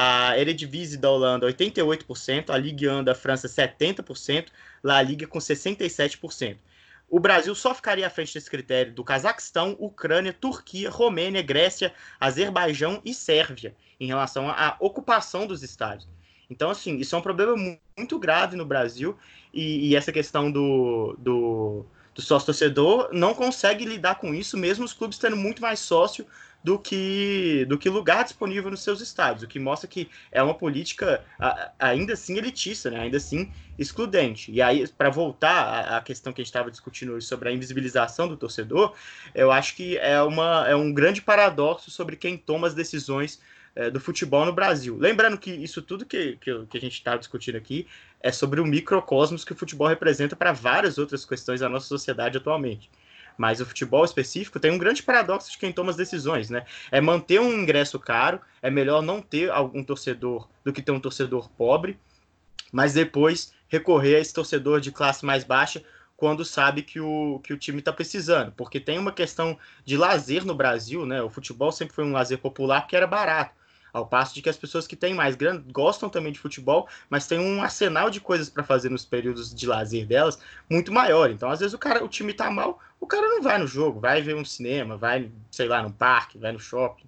a Eredivisie da Holanda oitenta e oito por cento, a Ligue um da França setenta por cento, La Liga com sessenta e sete por cento. O Brasil só ficaria à frente desse critério do Cazaquistão, Ucrânia, Turquia, Romênia, Grécia, Azerbaijão e Sérvia, em relação à ocupação dos estádios. Então, assim, isso é um problema muito grave no Brasil e, e essa questão do, do, do sócio-torcedor não consegue lidar com isso, mesmo os clubes tendo muito mais sócio do que, do que lugar disponível nos seus estádios, o que mostra que é uma política a, ainda assim elitista, né? Ainda assim excludente. E aí, para voltar à, à questão que a gente estava discutindo hoje sobre a invisibilização do torcedor, eu acho que é, uma, é um grande paradoxo sobre quem toma as decisões do futebol no Brasil. Lembrando que isso tudo que, que, que a gente está discutindo aqui é sobre o microcosmos que o futebol representa para várias outras questões da nossa sociedade atualmente. Mas o futebol específico tem um grande paradoxo de quem toma as decisões, né? É manter um ingresso caro, é melhor não ter algum torcedor do que ter um torcedor pobre, mas depois recorrer a esse torcedor de classe mais baixa quando sabe que o, que o time está precisando. Porque tem uma questão de lazer no Brasil, né? O futebol sempre foi um lazer popular porque era barato. Ao passo de que as pessoas que têm mais grana gostam também de futebol, mas tem um arsenal de coisas para fazer nos períodos de lazer delas muito maior. Então, às vezes, o, cara, o time tá mal, o cara não vai no jogo, vai ver um cinema, vai, sei lá, num parque, vai no shopping.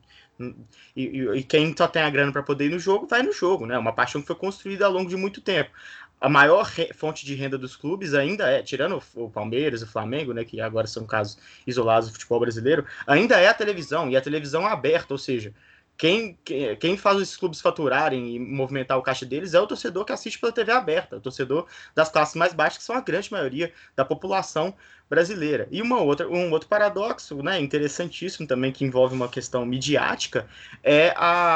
E, e, e quem só tem a grana para poder ir no jogo, vai no jogo, né? Uma paixão que foi construída ao longo de muito tempo. A maior re- fonte de renda dos clubes ainda é, tirando o, o Palmeiras, o Flamengo, né, que agora são casos isolados do futebol brasileiro, ainda é a televisão, e a televisão aberta, ou seja, Quem, quem faz os clubes faturarem e movimentar o caixa deles é o torcedor que assiste pela T V aberta, o torcedor das classes mais baixas, que são a grande maioria da população brasileira. E uma outra, um outro paradoxo, né, interessantíssimo também, que envolve uma questão midiática, é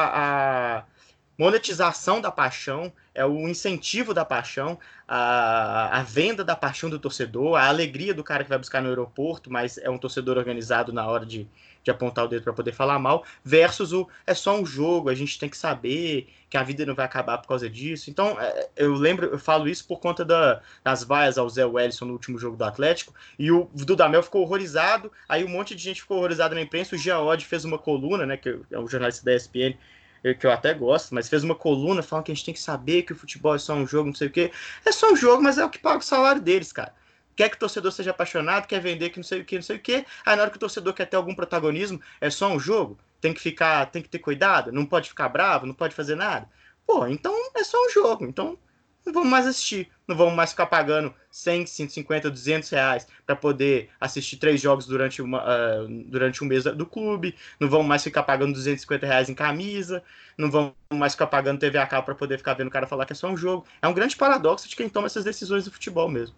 a, a monetização da paixão, é o incentivo da paixão, a, a venda da paixão do torcedor, a alegria do cara que vai buscar no aeroporto, mas é um torcedor organizado na hora de, de apontar o dedo para poder falar mal, versus o é só um jogo, a gente tem que saber que a vida não vai acabar por causa disso. Então, eu lembro, eu falo isso por conta da, das vaias ao Zé Wellison no último jogo do Atlético, e o Dudamel ficou horrorizado, aí um monte de gente ficou horrorizado na imprensa, o Jean Oddi fez uma coluna, né, que é um jornalista da E S P N, que eu até gosto, mas fez uma coluna falando que a gente tem que saber que o futebol é só um jogo, não sei o quê. É só um jogo, mas é o que paga o salário deles, cara. Quer que o torcedor seja apaixonado, quer vender que não sei o que, não sei o que. Aí na hora que o torcedor quer ter algum protagonismo, é só um jogo, tem que ficar, tem que ter cuidado, não pode ficar bravo, não pode fazer nada. Pô, então é só um jogo, então não vamos mais assistir, não vamos mais ficar pagando cem, cento e cinquenta, duzentos reais para poder assistir três jogos durante, uma, uh, durante um mês do clube, não vamos mais ficar pagando duzentos e cinquenta reais em camisa, não vamos mais ficar pagando T V a cabo para poder ficar vendo o cara falar que é só um jogo. É um grande paradoxo de quem toma essas decisões do futebol mesmo.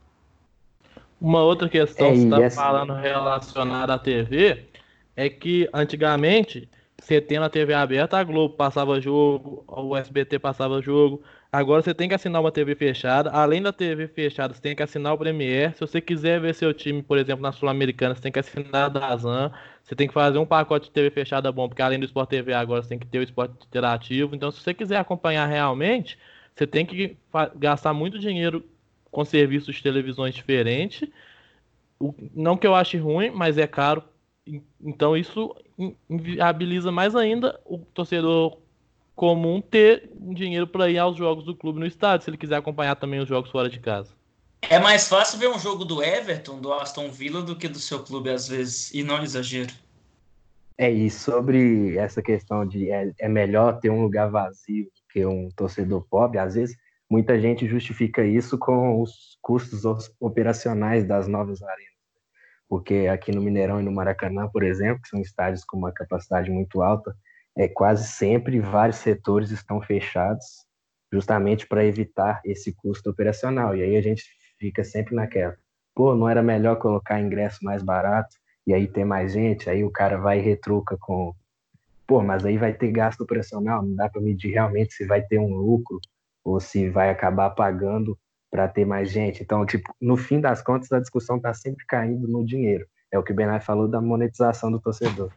Uma outra questão É, que você e está essa- falando relacionada à T V é que antigamente, você tendo a T V aberta, a Globo passava jogo, o S B T passava jogo. Agora você tem que assinar uma T V fechada. Além da T V fechada, você tem que assinar o Premiere. Se você quiser ver seu time, por exemplo, na Sul-Americana, você tem que assinar a Dazan. Você tem que fazer um pacote de T V fechada bom, porque além do Sport T V agora você tem que ter o Sport Interativo. Então, se você quiser acompanhar realmente, você tem que fa- gastar muito dinheiro com serviços de televisões diferentes. O- Não que eu ache ruim, mas é caro. En- Então isso in- inviabiliza mais ainda o torcedor comum ter um dinheiro para ir aos jogos do clube no estádio, se ele quiser acompanhar também os jogos fora de casa. É mais fácil ver um jogo do Everton, do Aston Villa, do que do seu clube, às vezes, e não exagero. É, e sobre essa questão de é, é melhor ter um lugar vazio do que um torcedor pobre, às vezes muita gente justifica isso com os custos operacionais das novas arenas. Porque aqui no Mineirão e no Maracanã, por exemplo, que são estádios com uma capacidade muito alta, é quase sempre vários setores estão fechados justamente para evitar esse custo operacional. E aí a gente fica sempre naquela, pô, não era melhor colocar ingresso mais barato e aí ter mais gente? Aí o cara vai e retruca com, pô, mas aí vai ter gasto operacional, não dá para medir realmente se vai ter um lucro ou se vai acabar pagando para ter mais gente. Então, tipo, no fim das contas, a discussão está sempre caindo no dinheiro. É o que o Benai falou da monetização do torcedor.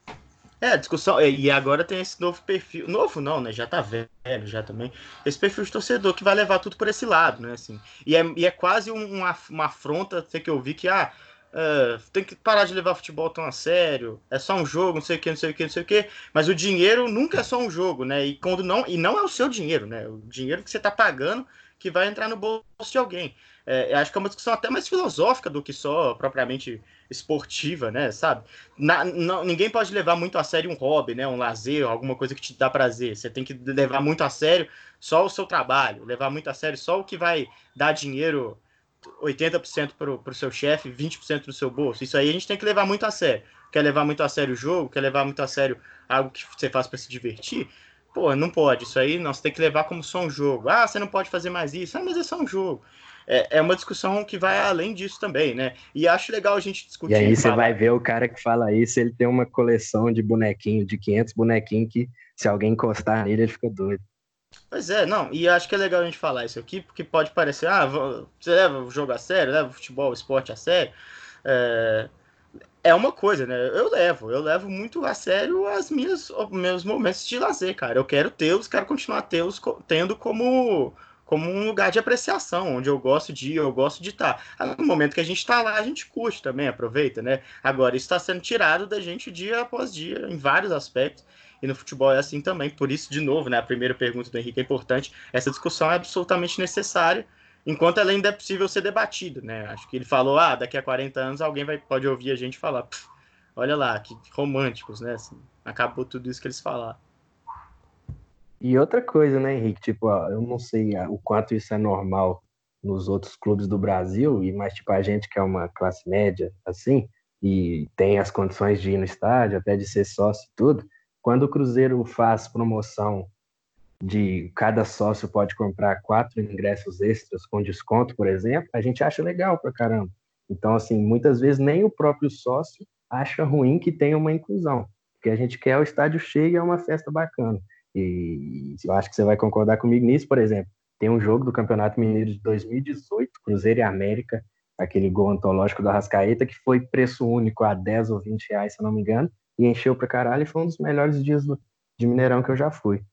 É, a discussão, e agora tem esse novo perfil, novo não, né, já tá velho já também, esse perfil de torcedor que vai levar tudo por esse lado, né, assim, e é, e é quase uma, uma afronta ter que ouvir que, ah, uh, tem que parar de levar futebol tão a sério, é só um jogo, não sei o que, não sei o que, não sei o que, mas o dinheiro nunca é só um jogo, né, e quando não, e não é o seu dinheiro, né, o dinheiro que você tá pagando que vai entrar no bolso de alguém. É, eu acho que é uma discussão até mais filosófica do que só propriamente esportiva, né, sabe? Na, não, ninguém pode levar muito a sério um hobby, né, um lazer, alguma coisa que te dá prazer. Você tem que levar muito a sério só o seu trabalho, levar muito a sério só o que vai dar dinheiro, oitenta por cento para o seu chefe, vinte por cento do seu bolso. Isso aí a gente tem que levar muito a sério. Quer levar muito a sério o jogo, quer levar muito a sério algo que você faz para se divertir? Pô, não pode. Isso aí não, você tem que levar como só um jogo. Ah, você não pode fazer mais isso. Ah, mas é só um jogo. É, é uma discussão que vai além disso também, né? E acho legal a gente discutir. E aí você falar. vai ver o cara que fala isso, ele tem uma coleção de bonequinhos, de quinhentos bonequinhos, que se alguém encostar nele, ele fica doido. Pois é, não, e acho que é legal a gente falar isso aqui, porque pode parecer, ah, você leva o jogo a sério, leva o futebol, o esporte a sério. É, é uma coisa, né? Eu levo, eu levo muito a sério as minhas, os meus momentos de lazer, cara. Eu quero tê-los, quero continuar tê-los tendo como, como um lugar de apreciação, onde eu gosto de ir, eu gosto de estar. No momento que a gente está lá, a gente curte também, aproveita, né? Agora, isso está sendo tirado da gente dia após dia, em vários aspectos. E no futebol é assim também. Por isso, de novo, né? A primeira pergunta do Henrique é importante. Essa discussão é absolutamente necessária, enquanto ela ainda é possível ser debatida, né? Acho que ele falou, ah, daqui a quarenta anos alguém vai, pode ouvir a gente falar, olha lá, que românticos, né? Assim, acabou tudo isso que eles falaram. E outra coisa, né, Henrique? Tipo, ó, eu não sei o quanto isso é normal nos outros clubes do Brasil, e mas tipo a gente que é uma classe média, assim, e tem as condições de ir no estádio, até de ser sócio e tudo, quando o Cruzeiro faz promoção de cada sócio pode comprar quatro ingressos extras com desconto, por exemplo, a gente acha legal pra caramba. Então, assim, muitas vezes nem o próprio sócio acha ruim que tenha uma inclusão, porque a gente quer o estádio cheio e é uma festa bacana. E eu acho que você vai concordar comigo nisso, por exemplo. Tem um jogo do Campeonato Mineiro de dois mil e dezoito, Cruzeiro e América, aquele gol antológico do Arrascaeta, que foi preço único a dez ou vinte reais, se eu não me engano, e encheu pra caralho, e foi um dos melhores dias do, de Mineirão que eu já fui.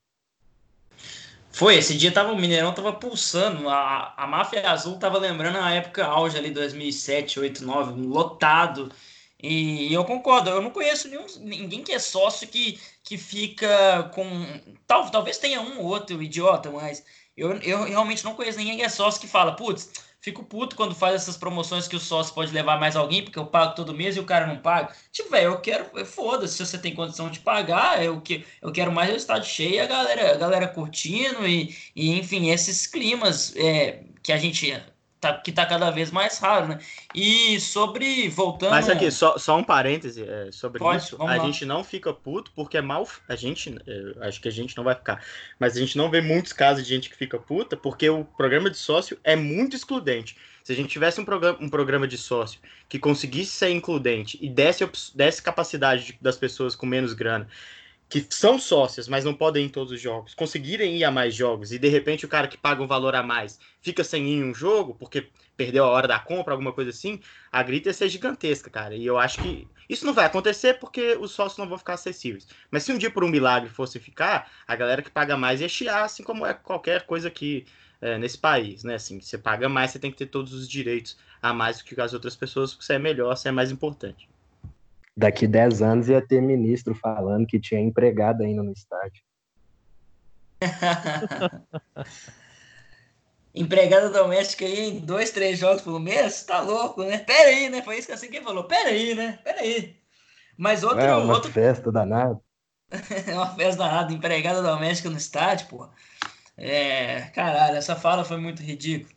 Foi, esse dia tava, o Mineirão tava pulsando, a, a Máfia Azul tava lembrando a época auge ali, dois mil e sete, oito, nove, lotado. E eu concordo, eu não conheço nenhum, ninguém que é sócio que, que fica com. Tal, talvez tenha um ou outro idiota, mas eu, eu realmente não conheço ninguém que é sócio que fala, putz, fico puto quando faz essas promoções que o sócio pode levar mais alguém, porque eu pago todo mês e o cara não paga. Tipo, velho, eu quero, foda-se, se você tem condição de pagar, eu, que, eu quero mais o estádio cheio e a galera, a galera curtindo e, e enfim, esses climas é, que a gente. Tá, que tá cada vez mais raro, né? E sobre, voltando. Mas aqui, só, só um parêntese é, sobre Pode, isso. vamos A lá. gente não fica puto porque é mal. A gente, é, acho que a gente não vai ficar. Mas a gente não vê muitos casos de gente que fica puta porque o programa de sócio é muito excludente. Se a gente tivesse um programa, um programa de sócio que conseguisse ser includente e desse, desse capacidade de, das pessoas com menos grana, que são sócias, mas não podem ir em todos os jogos, conseguirem ir a mais jogos, e de repente o cara que paga um valor a mais fica sem ir em um jogo, porque perdeu a hora da compra, alguma coisa assim, a grita ia ser gigantesca, cara. E eu acho que isso não vai acontecer porque os sócios não vão ficar acessíveis. Mas se um dia por um milagre fosse ficar, a galera que paga mais ia chiar, assim como é qualquer coisa aqui é, nesse país, né? Assim, você paga mais, você tem que ter todos os direitos a mais do que as outras pessoas, porque você é melhor, você é mais importante. Daqui dez anos ia ter ministro falando que tinha empregado ainda no estádio. Empregada doméstica aí em dois, três jogos por mês? Tá louco, né? Pera aí, né? Foi isso que assim quem falou. Pera aí, né? Pera aí. Mas outro, É uma outro festa danada. é uma festa danada, empregada doméstica no estádio, pô. É, caralho, essa fala foi muito ridícula.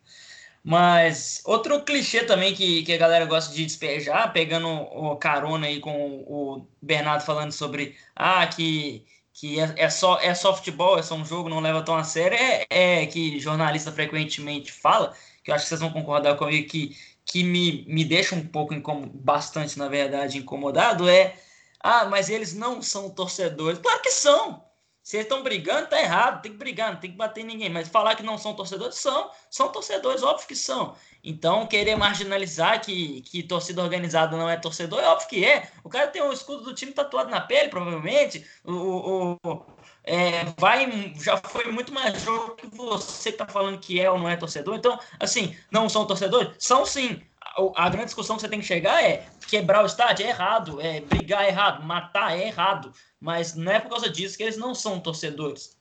Mas outro clichê também que, que a galera gosta de despejar, pegando o carona aí com o Bernardo falando sobre ah, que, que é, é só, é só futebol, é só um jogo, não leva tão a sério, é, é que jornalista frequentemente fala, que eu acho que vocês vão concordar comigo, que, que me, me deixa um pouco, incom- bastante, na verdade, incomodado, é ah, mas eles não são torcedores. Claro que são! Se eles estão brigando, tá errado, tem que brigar, não tem que bater em ninguém. Mas falar que não são torcedores, são. São torcedores, óbvio que são. Então, querer marginalizar que, que torcida organizada não é torcedor, é óbvio que é. O cara tem o escudo do time tatuado na pele, provavelmente. O, o, o- é, vai, já foi muito mais jogo que você que tá falando que é ou não é torcedor. Então, assim, não são torcedores? São sim. A, a grande discussão que você tem que chegar é quebrar o estádio é errado, é brigar é errado, matar é errado. Mas não é por causa disso que eles não são torcedores.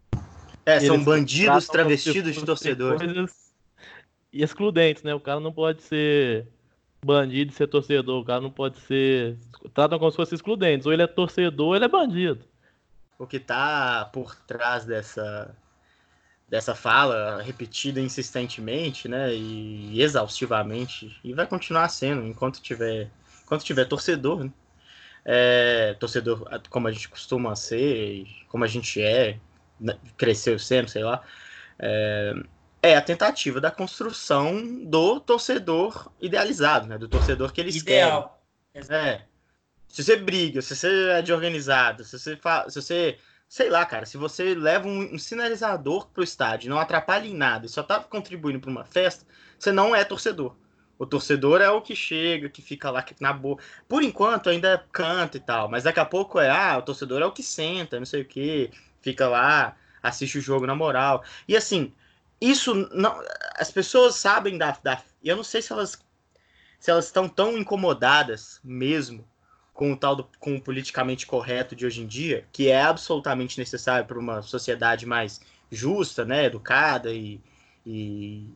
É, são Eles bandidos tratam como se travestidos de fossem torcedores. coisas excludentes, né? O cara não pode ser bandido e ser torcedor. O cara não pode ser. Tratam como se fossem excludentes. Ou ele é torcedor ou ele é bandido. O que tá por trás dessa, dessa fala, repetida insistentemente, né, e exaustivamente, e vai continuar sendo enquanto tiver, enquanto tiver torcedor, né? É, torcedor como a gente costuma ser, como a gente é, né, cresceu sempre, sei lá, é, é a tentativa da construção do torcedor idealizado, né, do torcedor que eles querem. Ideal. É, se você briga, se você é de organizado, se você, fa... se você sei lá, cara, se você leva um, um sinalizador pro estádio, não atrapalha em nada e só tá contribuindo para uma festa, você não é torcedor. O torcedor é o que chega, que fica lá na boa. Por enquanto ainda canta e tal, mas daqui a pouco é, ah, o torcedor é o que senta, não sei o que, fica lá, assiste o jogo na moral. E assim, isso não. As pessoas sabem da. da eu não sei se elas se elas estão tão incomodadas mesmo com o tal do, com o politicamente correto de hoje em dia, que é absolutamente necessário para uma sociedade mais justa, né, educada e, e,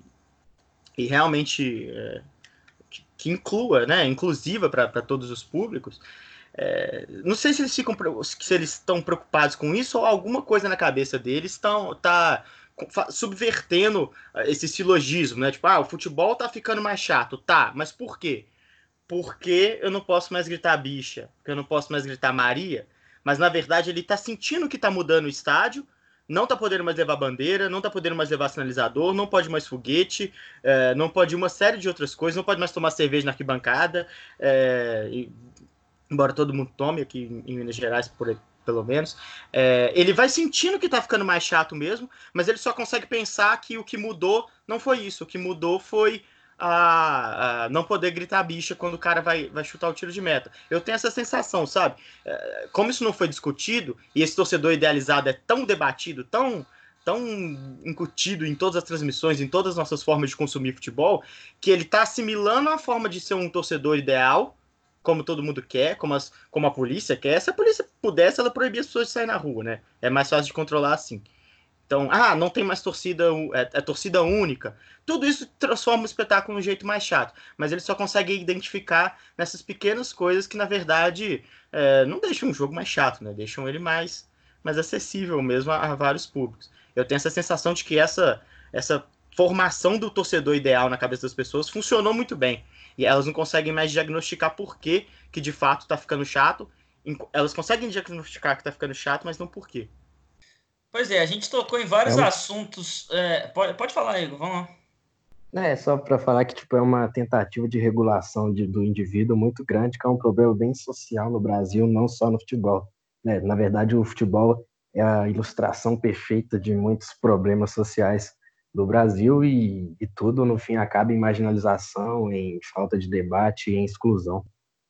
e realmente é, que, que inclua, né, inclusiva para todos os públicos. É, não sei se eles ficam se eles estão preocupados com isso ou alguma coisa na cabeça deles estão tá subvertendo esse silogismo, né? Tipo, ah, o futebol tá ficando mais chato, tá? Mas por quê? Porque eu não posso mais gritar bicha, porque eu não posso mais gritar Maria, mas na verdade ele tá sentindo que tá mudando o estádio, não tá podendo mais levar bandeira, não tá podendo mais levar sinalizador, não pode mais foguete, é, não pode uma série de outras coisas, não pode mais tomar cerveja na arquibancada, é, e, embora todo mundo tome aqui em Minas Gerais, por, pelo menos, é, ele vai sentindo que tá ficando mais chato mesmo, mas ele só consegue pensar que o que mudou não foi isso, o que mudou foi a, a não poder gritar bicha quando o cara vai, vai chutar o tiro de meta. Eu tenho essa sensação, sabe? É, como isso não foi discutido, e esse torcedor idealizado é tão debatido, tão, tão incutido em todas as transmissões, em todas as nossas formas de consumir futebol, que ele tá assimilando a forma de ser um torcedor ideal, como todo mundo quer, como, as, como a polícia quer. Se a polícia pudesse, ela proibia as pessoas de sair na rua, né? É mais fácil de controlar assim. Então, ah, não tem mais torcida, é, é torcida única. Tudo isso transforma o espetáculo de um jeito mais chato. Mas ele só consegue identificar nessas pequenas coisas que, na verdade, é, não deixam um jogo mais chato, né? Deixam ele mais, mais acessível mesmo a, a vários públicos. Eu tenho essa sensação de que essa, essa formação do torcedor ideal na cabeça das pessoas funcionou muito bem. E elas não conseguem mais diagnosticar por que, que de fato está ficando chato. Elas conseguem diagnosticar que está ficando chato, mas não por quê. Pois é, a gente tocou em vários É um- assuntos. É, pode, pode falar, Igor, vamos lá. É só para falar que tipo, é uma tentativa de regulação de- do indivíduo muito grande, que é um problema bem social no Brasil, não só no futebol, né? Na verdade, o futebol é a ilustração perfeita de muitos problemas sociais do Brasil e, e tudo, no fim, acaba em marginalização, em falta de debate e em exclusão.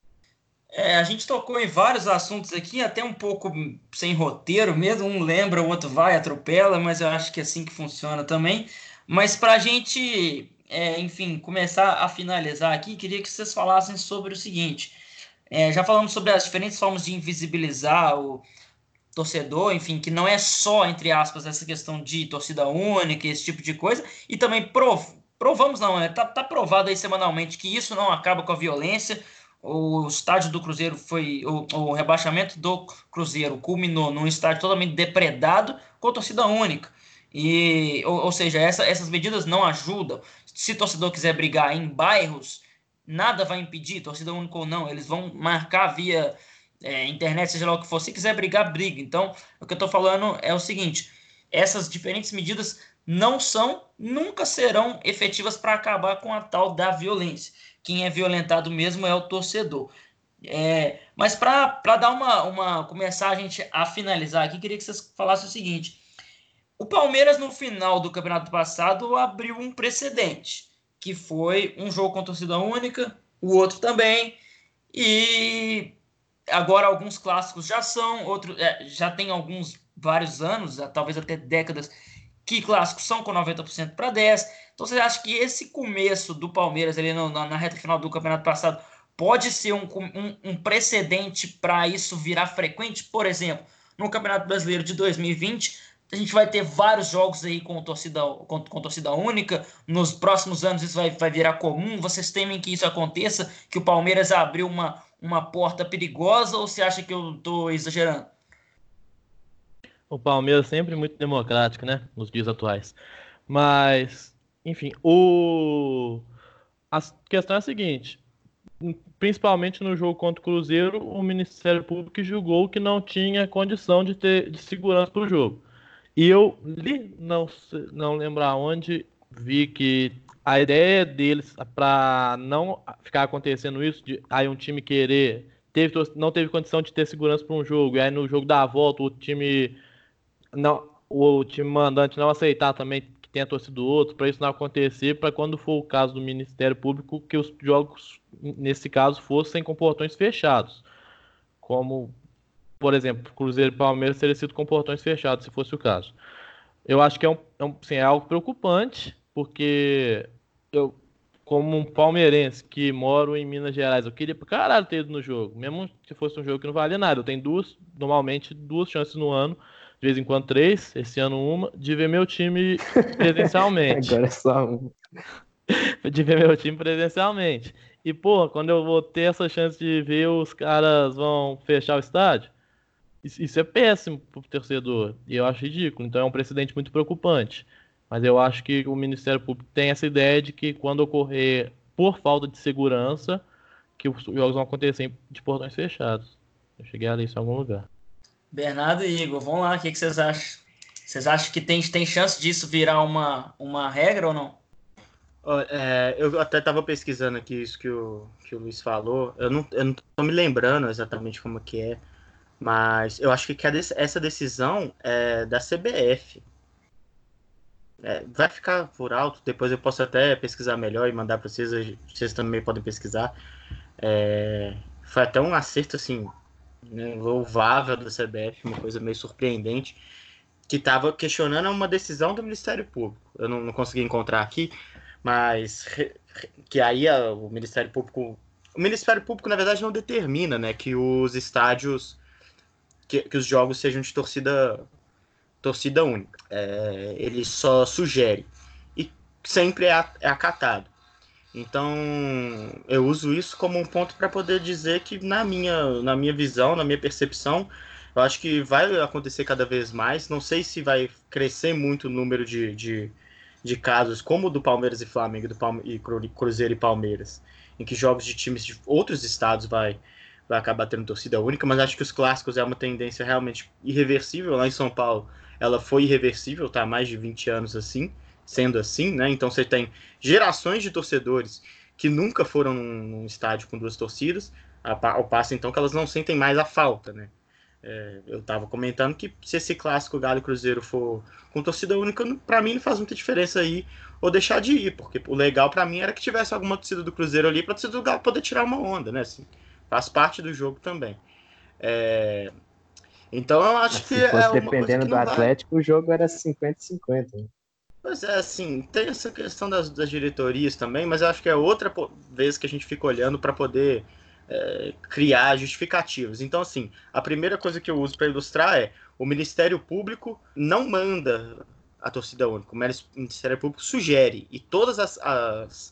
É, a gente tocou em vários assuntos aqui, até um pouco sem roteiro mesmo. Um lembra, o outro vai, atropela, mas eu acho que é assim que funciona também. Mas para a gente, é, enfim, começar a finalizar aqui, queria que vocês falassem sobre o seguinte. É, já falamos sobre as diferentes formas de invisibilizar o torcedor, enfim, que não é só, entre aspas, essa questão de torcida única, esse tipo de coisa, e também prov, provamos não, né? Tá, tá provado aí semanalmente que isso não acaba com a violência. O estádio do Cruzeiro foi, o, o rebaixamento do Cruzeiro culminou num estádio totalmente depredado com torcida única. E, ou, ou seja, essa, essas medidas não ajudam. Se o torcedor quiser brigar em bairros, nada vai impedir, torcida única ou não, eles vão marcar via é, internet, seja lá o que for. Se quiser brigar, briga. Então, o que eu estou falando é o seguinte: essas diferentes medidas não são, nunca serão efetivas para acabar com a tal da violência. Quem é violentado mesmo é o torcedor. É, mas para dar uma, uma. começar a gente a finalizar aqui, queria que vocês falassem o seguinte: o Palmeiras, no final do campeonato passado, abriu um precedente, que foi um jogo com torcida única, o outro também, e agora alguns clássicos já são, outro, é, já tem alguns, vários anos, talvez até décadas, que clássicos são com noventa por cento para dez. Então você acha que esse começo do Palmeiras ali no, na, na reta final do campeonato passado pode ser um, um, um precedente para isso virar frequente? Por exemplo, no Campeonato Brasileiro de dois mil e vinte, a gente vai ter vários jogos aí com torcida, com, com torcida única. Nos próximos anos isso vai, vai virar comum. Vocês temem que isso aconteça, que o Palmeiras abriu uma, uma porta perigosa, ou você acha que eu estou exagerando? O Palmeiras sempre muito democrático, né? Nos dias atuais. Mas, enfim, o... a questão é a seguinte: principalmente no jogo contra o Cruzeiro, o Ministério Público julgou que não tinha condição de ter de segurança para o jogo. E eu li, não, não lembro aonde, vi que a ideia deles para não ficar acontecendo isso, de aí um time querer, teve, não teve condição de ter segurança para um jogo, e aí no jogo da volta o time, não, o time mandante não aceitar também que tenha torcida do outro, para isso não acontecer, para quando for o caso do Ministério Público, que os jogos, nesse caso, fossem com portões fechados. Como, por exemplo, Cruzeiro e Palmeiras teria sido com portões fechados, se fosse o caso. Eu acho que é, um, é, um, assim, é algo preocupante, porque eu, como um palmeirense que moro em Minas Gerais, eu queria pra caralho ter ido no jogo, mesmo se fosse um jogo que não valia nada. Eu tenho duas, normalmente, duas chances no ano, de vez em quando três, esse ano uma, de ver meu time presencialmente. Agora é só um. De ver meu time presencialmente. E, pô, quando eu vou ter essa chance de ver os caras vão fechar o estádio, isso é péssimo pro torcedor. E eu acho ridículo. Então é um precedente muito preocupante. Mas eu acho que o Ministério Público tem essa ideia de que quando ocorrer por falta de segurança, que os jogos vão acontecer de portões fechados. Eu cheguei a ler isso em algum lugar. Bernardo e Igor, vamos lá, o que, que vocês acham? Vocês acham que tem, tem chance disso virar uma, uma regra ou não? É, eu até estava pesquisando aqui isso que o, que o Luiz falou. Eu não, eu não tô me lembrando exatamente como que é, mas eu acho que essa decisão é da C B F. É, vai ficar por alto, depois eu posso até pesquisar melhor e mandar para vocês, vocês também podem pesquisar. É, foi até um acerto assim, né, louvável da C B F, uma coisa meio surpreendente, que estava questionando uma decisão do Ministério Público. Eu não, não consegui encontrar aqui, mas que aí a, o Ministério Público... O Ministério Público, na verdade, não determina, né, que os estádios, que, que os jogos sejam de torcida, torcida única. É, ele só sugere. E sempre é, é acatado. Então, eu uso isso como um ponto para poder dizer que, na minha, na minha visão, na minha percepção, eu acho que vai acontecer cada vez mais. Não sei se vai crescer muito o número de... de de casos como o do Palmeiras e Flamengo, do Palme- e Cruzeiro e Palmeiras, em que jogos de times de outros estados vai, vai acabar tendo torcida única, mas acho que os clássicos é uma tendência realmente irreversível. Lá em São Paulo, ela foi irreversível, tá há mais de vinte anos assim, sendo assim, né? Então você tem gerações de torcedores que nunca foram num, num estádio com duas torcidas, ao passo então que elas não sentem mais a falta, né? É, eu estava comentando que se esse clássico Galo e Cruzeiro for com torcida única, para mim não faz muita diferença aí ou deixar de ir, porque o legal para mim era que tivesse alguma torcida do Cruzeiro ali para a torcida do Galo poder tirar uma onda, né? Assim, faz parte do jogo também. É, então eu acho Mas que se fosse é uma dependendo coisa que do não vai... Atlético, o jogo era cinquenta a cinquenta. Né? Pois é, assim, tem essa questão das, das diretorias também, mas eu acho que é outra vez que a gente fica olhando para poder É, criar justificativos. Então, assim, a primeira coisa que eu uso para ilustrar é: o Ministério Público não manda a torcida única, o Ministério Público sugere, e todas as, as,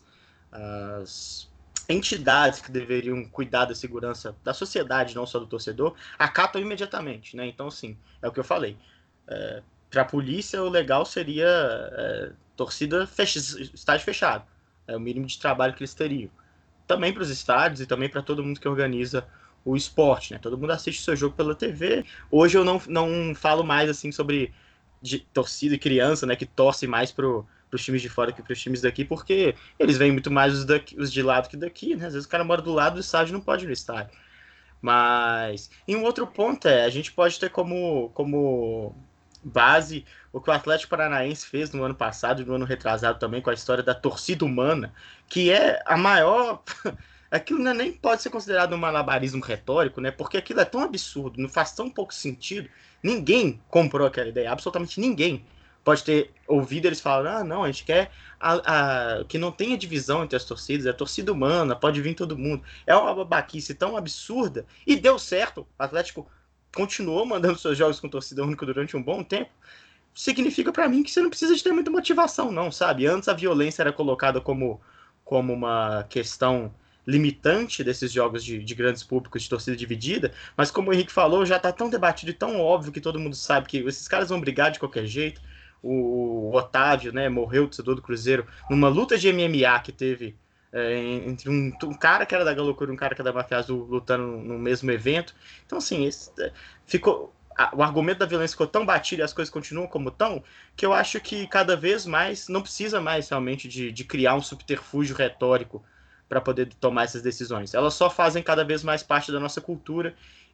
as entidades que deveriam cuidar da segurança da sociedade, não só do torcedor, acatam imediatamente, né? Então, assim, é o que eu falei. É, para a polícia, o legal seria é, torcida fech... estádio fechado. É o mínimo de trabalho que eles teriam. Também para os estádios e também para todo mundo que organiza o esporte, né? Todo mundo assiste o seu jogo pela T V. Hoje eu não, não falo mais assim sobre de torcida e criança, né? Que torce mais pro, pros times de fora que pros times daqui, porque eles veem muito mais os, daqui, os de lado que daqui, né? Às vezes o cara mora do lado do estádio e não pode ir no estádio. Mas, e um outro ponto é, a gente pode ter como, como base o que o Atlético Paranaense fez no ano passado e no ano retrasado também, com a história da torcida humana, que é a maior... Aquilo não é, nem pode ser considerado um malabarismo retórico, né? Porque aquilo é tão absurdo, não faz tão pouco sentido. Ninguém comprou aquela ideia, absolutamente ninguém. Pode ter ouvido eles falarem, ah, não, a gente quer a, a, que não tenha divisão entre as torcidas, é a torcida humana, pode vir todo mundo. É uma babaquice tão absurda, e deu certo. O Atlético continuou mandando seus jogos com torcida única durante um bom tempo. Significa para mim que você não precisa de ter muita motivação, não, sabe? Antes a violência era colocada como, como uma questão limitante desses jogos de, de grandes públicos, de torcida dividida, mas como o Henrique falou, já tá tão debatido e tão óbvio que todo mundo sabe que esses caras vão brigar de qualquer jeito. O, o Otávio, né, morreu, o torcedor do Cruzeiro, numa luta de M M A que teve é, entre um, um cara que era da Galocura e um cara que era da Mafia Azul lutando no, no mesmo evento. Então, assim, esse, ficou... o argumento da violência ficou tão batido e as coisas continuam como estão, que eu acho que cada vez mais não precisa mais realmente de, de criar um subterfúgio retórico para poder tomar essas decisões. Elas só fazem cada vez mais parte da nossa cultura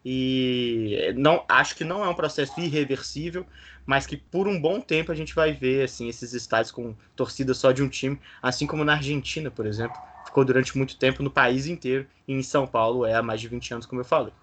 e não, acho que não é um processo irreversível, mas que por um bom tempo a gente vai ver assim, esses estádios com torcida só de um time, assim como na Argentina, por exemplo, ficou durante muito tempo no país inteiro, e em São Paulo é há mais de vinte anos, como eu falei.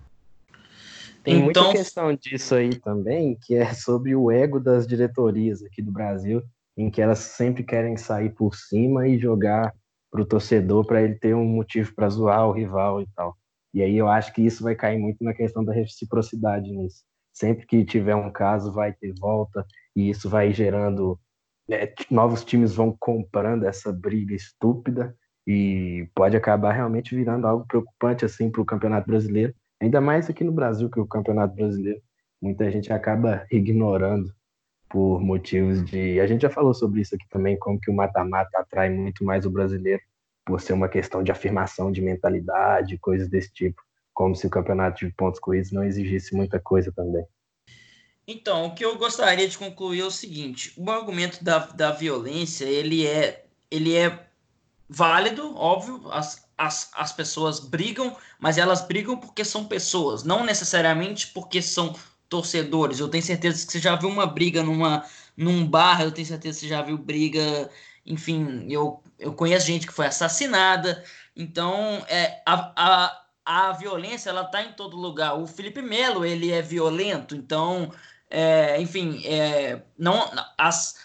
Tem Então... muita questão disso aí também, que é sobre o ego das diretorias aqui do Brasil, em que elas sempre querem sair por cima e jogar para o torcedor para ele ter um motivo para zoar o rival e tal. E aí eu acho que isso vai cair muito na questão da reciprocidade nisso. Sempre que tiver um caso vai ter volta e isso vai gerando... Né, novos times vão comprando essa briga estúpida e pode acabar realmente virando algo preocupante assim para o Campeonato Brasileiro. Ainda mais aqui no Brasil, que o Campeonato Brasileiro muita gente acaba ignorando por motivos de... A gente já falou sobre isso aqui também, como que o mata-mata atrai muito mais o brasileiro por ser uma questão de afirmação de mentalidade, coisas desse tipo, como se o campeonato de pontos corridos não exigisse muita coisa também. Então, o que eu gostaria de concluir é o seguinte: o argumento da, da violência, ele é, ele é válido, óbvio, as, as, as pessoas brigam, mas elas brigam porque são pessoas, não necessariamente porque são torcedores. Eu tenho certeza que você já viu uma briga numa, num bar, eu tenho certeza que você já viu briga, enfim, eu, eu conheço gente que foi assassinada, então é, a, a, a violência, ela tá em todo lugar. O Felipe Melo, ele é violento, então, é, enfim, é, não, as...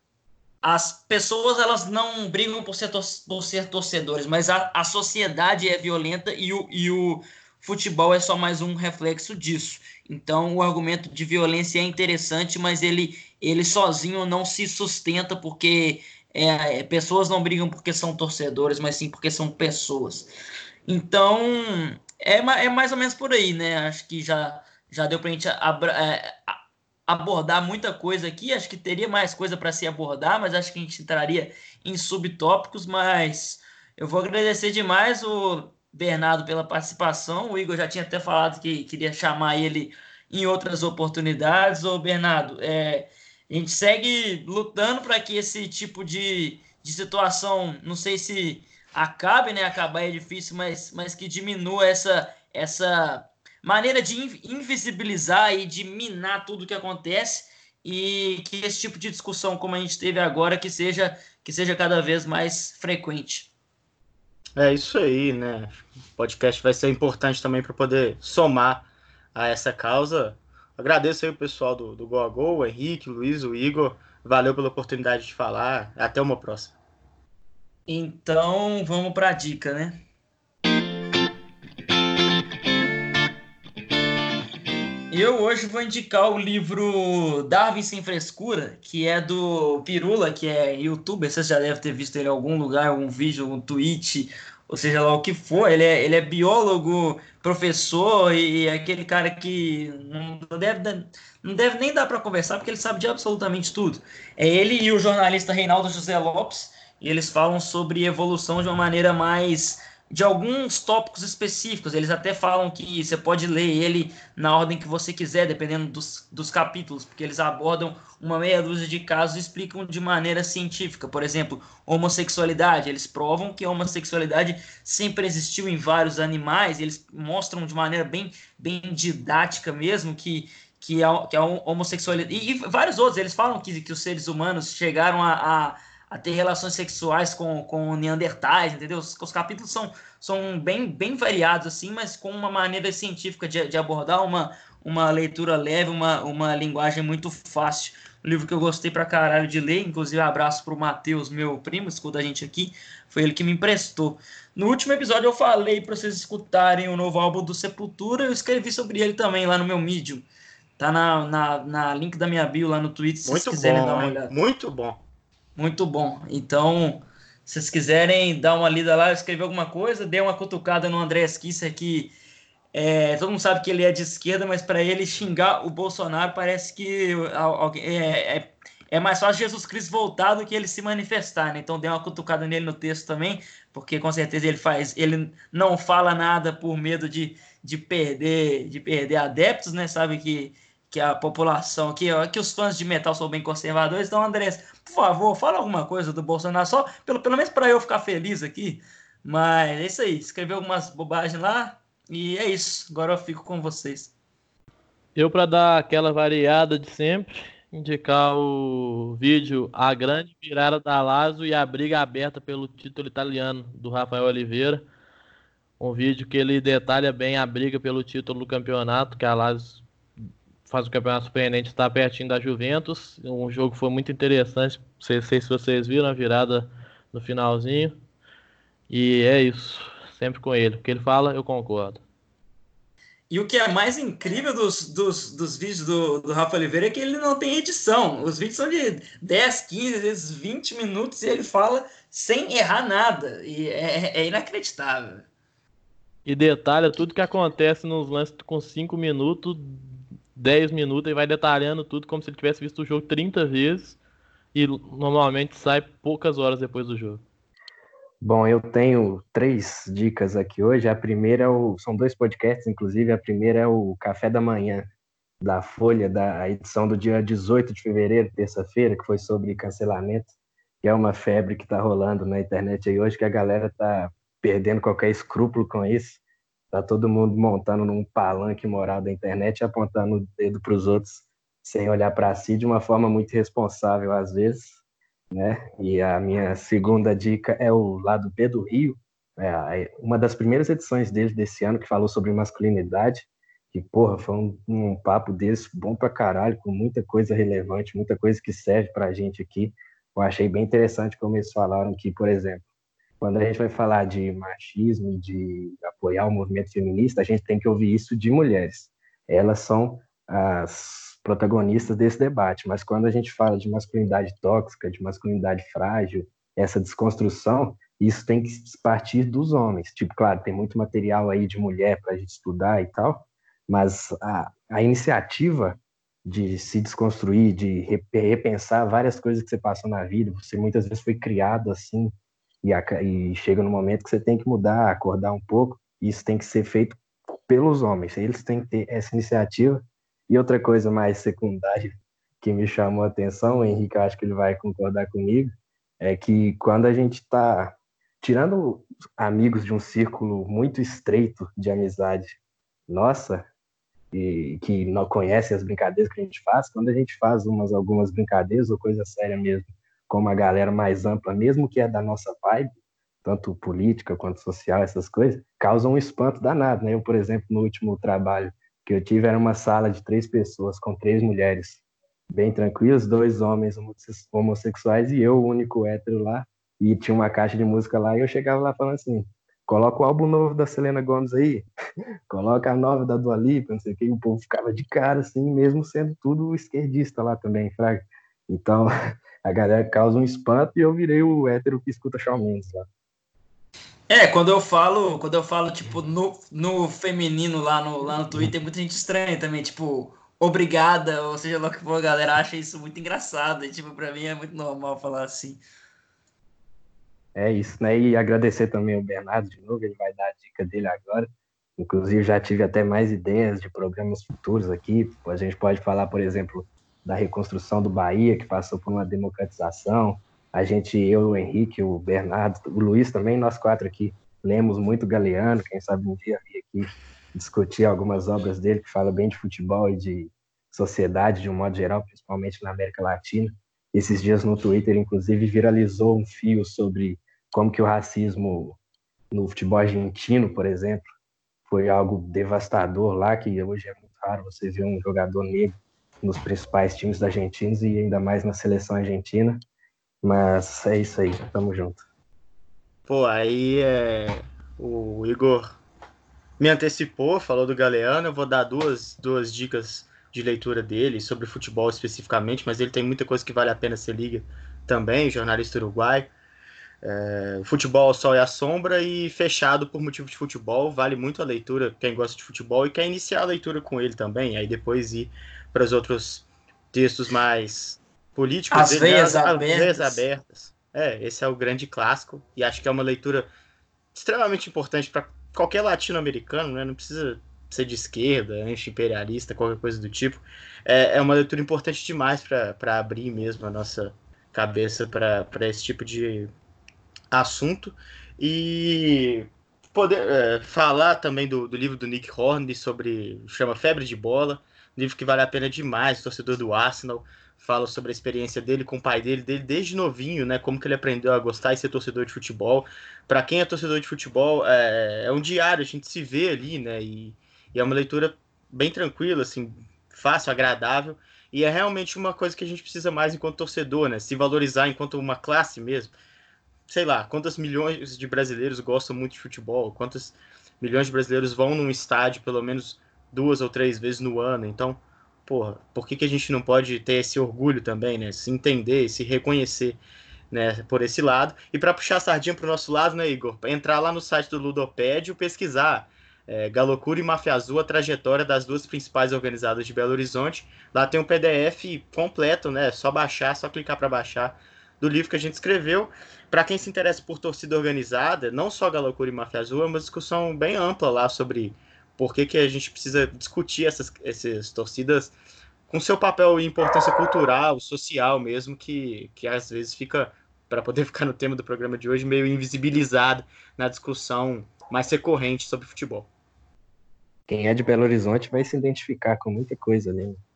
As pessoas, elas não brigam por ser, tor- por ser torcedores, mas a, a sociedade é violenta e o, e o futebol é só mais um reflexo disso. Então, o argumento de violência é interessante, mas ele, ele sozinho não se sustenta, porque é, pessoas não brigam porque são torcedores, mas sim porque são pessoas. Então, é, ma- é mais ou menos por aí, né? Acho que já, já deu pra gente abra- é, abordar muita coisa aqui. Acho que teria mais coisa para se abordar, mas acho que a gente entraria em subtópicos. Mas eu vou agradecer demais o Bernardo pela participação. O Igor já tinha até falado que queria chamar ele em outras oportunidades. Ô Bernardo, é, a gente segue lutando para que esse tipo de, de situação, não sei se acabe, né? Acabar é difícil, mas, mas que diminua essa, essa maneira de invisibilizar e de minar tudo que acontece, e que esse tipo de discussão, como a gente teve agora, que seja, que seja cada vez mais frequente. É isso aí, né? O podcast vai ser importante também para poder somar a essa causa. Agradeço aí o pessoal do, do Go a Go, o Henrique, o Luiz, o Igor. Valeu pela oportunidade de falar. Até uma próxima. Então, vamos para a dica, né? Eu hoje vou indicar o livro Darwin Sem Frescura, que é do Pirula, que é youtuber. Você já deve ter visto ele em algum lugar, algum vídeo, algum tweet, ou seja lá o que for, ele é, ele é biólogo, professor e, e aquele cara que não deve, dar- não deve nem dar para conversar porque ele sabe de absolutamente tudo. É ele e o jornalista Reinaldo José Lopes, e eles falam sobre evolução de uma maneira mais de alguns tópicos específicos. Eles até falam que você pode ler ele na ordem que você quiser, dependendo dos, dos capítulos, porque eles abordam uma meia dúzia de casos e explicam de maneira científica. Por exemplo, homossexualidade. Eles provam que a homossexualidade sempre existiu em vários animais, e eles mostram de maneira bem, bem didática mesmo que, que, a, que a homossexualidade. E, e vários outros, eles falam que, que os seres humanos chegaram a, a a ter relações sexuais com, com neandertais, entendeu? Os, os capítulos são, são bem, bem variados, assim, mas com uma maneira científica de, de abordar uma, uma leitura leve, uma, uma linguagem muito fácil. Um livro que eu gostei pra caralho de ler, inclusive abraço pro Matheus, meu primo, escuta a gente aqui, foi ele que me emprestou. No último episódio eu falei para vocês escutarem o novo álbum do Sepultura, eu escrevi sobre ele também lá no meu Medium. Tá na, na, na link da minha bio lá no Twitter, se vocês Muito quiserem dar bom, uma hein? olhada. Muito bom. Muito bom. Então, se vocês quiserem dar uma lida lá, escrever alguma coisa, dê uma cutucada no Andrés Kisser, que é, todo mundo sabe que ele é de esquerda, mas para ele xingar o Bolsonaro parece que alguém, é, é, é mais fácil Jesus Cristo voltar do que ele se manifestar, né? Então dê uma cutucada nele no texto também, porque com certeza ele faz, ele não fala nada por medo de, de perder, de perder adeptos, né? Sabe que que a população, que, que os fãs de metal são bem conservadores. Então, Andrés, por favor, fala alguma coisa do Bolsonaro, só pelo, pelo menos para eu ficar feliz aqui. Mas é isso aí, escreveu algumas bobagens lá e é isso. Agora eu fico com vocês. Eu, para dar aquela variada de sempre, indicar o vídeo A Grande Virada da Lazio e a Briga Aberta pelo Título Italiano, do Rafael Oliveira. Um vídeo que ele detalha bem a briga pelo título do campeonato, que a Lazio faz um campeonato surpreendente, está pertinho da Juventus. Um jogo que foi muito interessante, não sei, sei se vocês viram a virada no finalzinho. E é isso, sempre com ele. O que ele fala, eu concordo. E o que é mais incrível dos, dos, dos vídeos do, do Rafa Oliveira é que ele não tem edição. Os vídeos são de dez, quinze, às vezes vinte minutos e ele fala sem errar nada. E é, é inacreditável. E detalha tudo que acontece nos lances com cinco minutos, dez minutos, e vai detalhando tudo como se ele tivesse visto o jogo trinta vezes. E normalmente sai poucas horas depois do jogo. Bom, eu tenho três dicas aqui hoje. A primeira é o, são dois podcasts, inclusive. A primeira é o Café da Manhã, da Folha, da edição do dia dezoito de fevereiro, terça-feira, que foi sobre cancelamento, que é uma febre que está rolando na internet aí hoje, que a galera está perdendo qualquer escrúpulo com isso. Tá todo mundo montando num palanque moral da internet e apontando o dedo para os outros sem olhar para si de uma forma muito irresponsável às vezes, né? E a minha segunda dica é o Lado B do Rio, é uma das primeiras edições dele desse ano que falou sobre masculinidade, que, porra, foi um, um papo desse bom pra caralho, com muita coisa relevante, muita coisa que serve pra gente aqui. Eu achei bem interessante como eles falaram que, por exemplo, quando a gente vai falar de machismo, de apoiar o movimento feminista, a gente tem que ouvir isso de mulheres. Elas são as protagonistas desse debate, mas quando a gente fala de masculinidade tóxica, de masculinidade frágil, essa desconstrução, isso tem que partir dos homens. Tipo, claro, tem muito material aí de mulher para a gente estudar e tal, mas a, a iniciativa de se desconstruir, de repensar várias coisas que você passou na vida, você muitas vezes foi criado assim, e, a, e chega no momento que você tem que mudar, acordar um pouco, e isso tem que ser feito pelos homens, eles têm que ter essa iniciativa. E outra coisa mais secundária que me chamou a atenção, o Henrique, eu acho que ele vai concordar comigo, é que quando a gente está tirando amigos de um círculo muito estreito de amizade, nossa, e que não conhecem as brincadeiras que a gente faz, quando a gente faz umas, algumas brincadeiras ou coisa séria mesmo, com uma galera mais ampla, mesmo que é da nossa vibe, tanto política quanto social, essas coisas, causam um espanto danado, né? Eu, por exemplo, no último trabalho que eu tive, era uma sala de três pessoas, com três mulheres, bem tranquilas, dois homens homossexuais e eu, o único hétero lá, e tinha uma caixa de música lá, e eu chegava lá falando assim, coloca o álbum novo da Selena Gomez aí, coloca a nova da Dua Lipa, não sei o que, e o povo ficava de cara, assim, mesmo sendo tudo esquerdista lá também, fraga. Então, a galera causa um espanto e eu virei o hétero que escuta Shawn Mendes lá. É, quando eu falo, quando eu falo, tipo, no, no feminino lá no, lá no Twitter, tem muita gente estranha também, tipo, obrigada, ou seja lá o que for, a galera acha isso muito engraçado, e, tipo, pra mim é muito normal falar assim. É isso, né? E agradecer também ao Bernardo de novo, ele vai dar a dica dele agora. Inclusive, já tive até mais ideias de programas futuros aqui. A gente pode falar, por exemplo, da reconstrução do Bahia, que passou por uma democratização. A gente, eu, o Henrique, o Bernardo, o Luiz também, nós quatro aqui, lemos muito Galeano. Quem sabe um dia vir aqui discutir algumas obras dele que fala bem de futebol e de sociedade de um modo geral, principalmente na América Latina. Esses dias no Twitter, inclusive, viralizou um fio sobre como que o racismo no futebol argentino, por exemplo, foi algo devastador lá, que hoje é muito raro você ver um jogador negro nos principais times da Argentina e ainda mais na seleção argentina. Mas é isso aí, tamo junto. Pô, aí é... o Igor me antecipou, falou do Galeano. Eu vou dar duas, duas dicas de leitura dele, sobre futebol especificamente, mas ele tem muita coisa que vale a pena ser liga também, jornalista uruguaio. É, Futebol, o Sol e a Sombra e Fechado por Motivo de Futebol. Vale muito a leitura, quem gosta de futebol e quer iniciar a leitura com ele também, aí depois ir para os outros textos mais políticos As dele, né? veias As, as veias abertas. abertas. É, esse é o grande clássico e acho que é uma leitura extremamente importante para qualquer latino-americano, né? Não precisa ser de esquerda, anti-imperialista, qualquer coisa do tipo. É, é uma leitura importante demais para abrir mesmo a nossa cabeça para esse tipo de assunto. E poder é, falar também do, do livro do Nick Hornby sobre, chama Febre de Bola, um livro que vale a pena demais, torcedor do Arsenal, fala sobre a experiência dele com o pai dele, dele desde novinho, né, como que ele aprendeu a gostar e ser torcedor de futebol. Para quem é torcedor de futebol, é, é um diário, a gente se vê ali, né, e, e é uma leitura bem tranquila, assim, fácil, agradável, e é realmente uma coisa que a gente precisa mais enquanto torcedor, né, se valorizar enquanto uma classe mesmo. Sei lá, quantas milhões de brasileiros gostam muito de futebol, quantos milhões de brasileiros vão num estádio pelo menos duas ou três vezes no ano. Então, porra, por que, que a gente não pode ter esse orgulho também, né? Se entender, se reconhecer, né, por esse lado. E para puxar a sardinha pro nosso lado, né, Igor? Entrar lá no site do Ludopédio, pesquisar é, Galocura e Máfia Azul, a trajetória das duas principais organizadas de Belo Horizonte. Lá tem um P D F completo, né? Só baixar, só clicar para baixar, do livro que a gente escreveu. Para quem se interessa por torcida organizada, não só Galocura e Máfia Azul, é uma discussão bem ampla lá sobre por que, que a gente precisa discutir essas, essas torcidas com seu papel e importância cultural, social mesmo, que, que às vezes fica, para poder ficar no tema do programa de hoje, meio invisibilizado na discussão mais recorrente sobre futebol. Quem é de Belo Horizonte vai se identificar com muita coisa ali, né?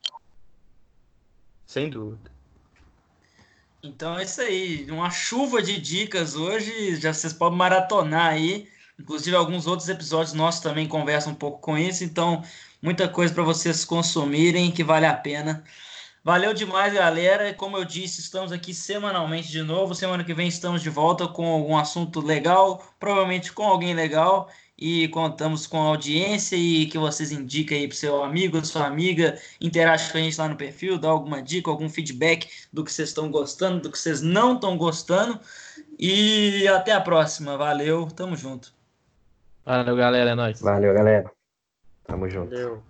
Sem dúvida. Então é isso aí, uma chuva de dicas hoje, já vocês podem maratonar aí. Inclusive alguns outros episódios nossos também conversam um pouco com isso, então muita coisa para vocês consumirem que vale a pena. Valeu demais, galera. Como eu disse, estamos aqui semanalmente de novo. Semana que vem estamos de volta com algum assunto legal, provavelmente com alguém legal. E contamos com a audiência e que vocês indiquem aí para seu amigo, sua amiga, interage com a gente lá no perfil, dá alguma dica, algum feedback do que vocês estão gostando, do que vocês não estão gostando. E até a próxima. Valeu, tamo junto. Valeu, galera, é nóis. Valeu, galera. Tamo junto. Valeu.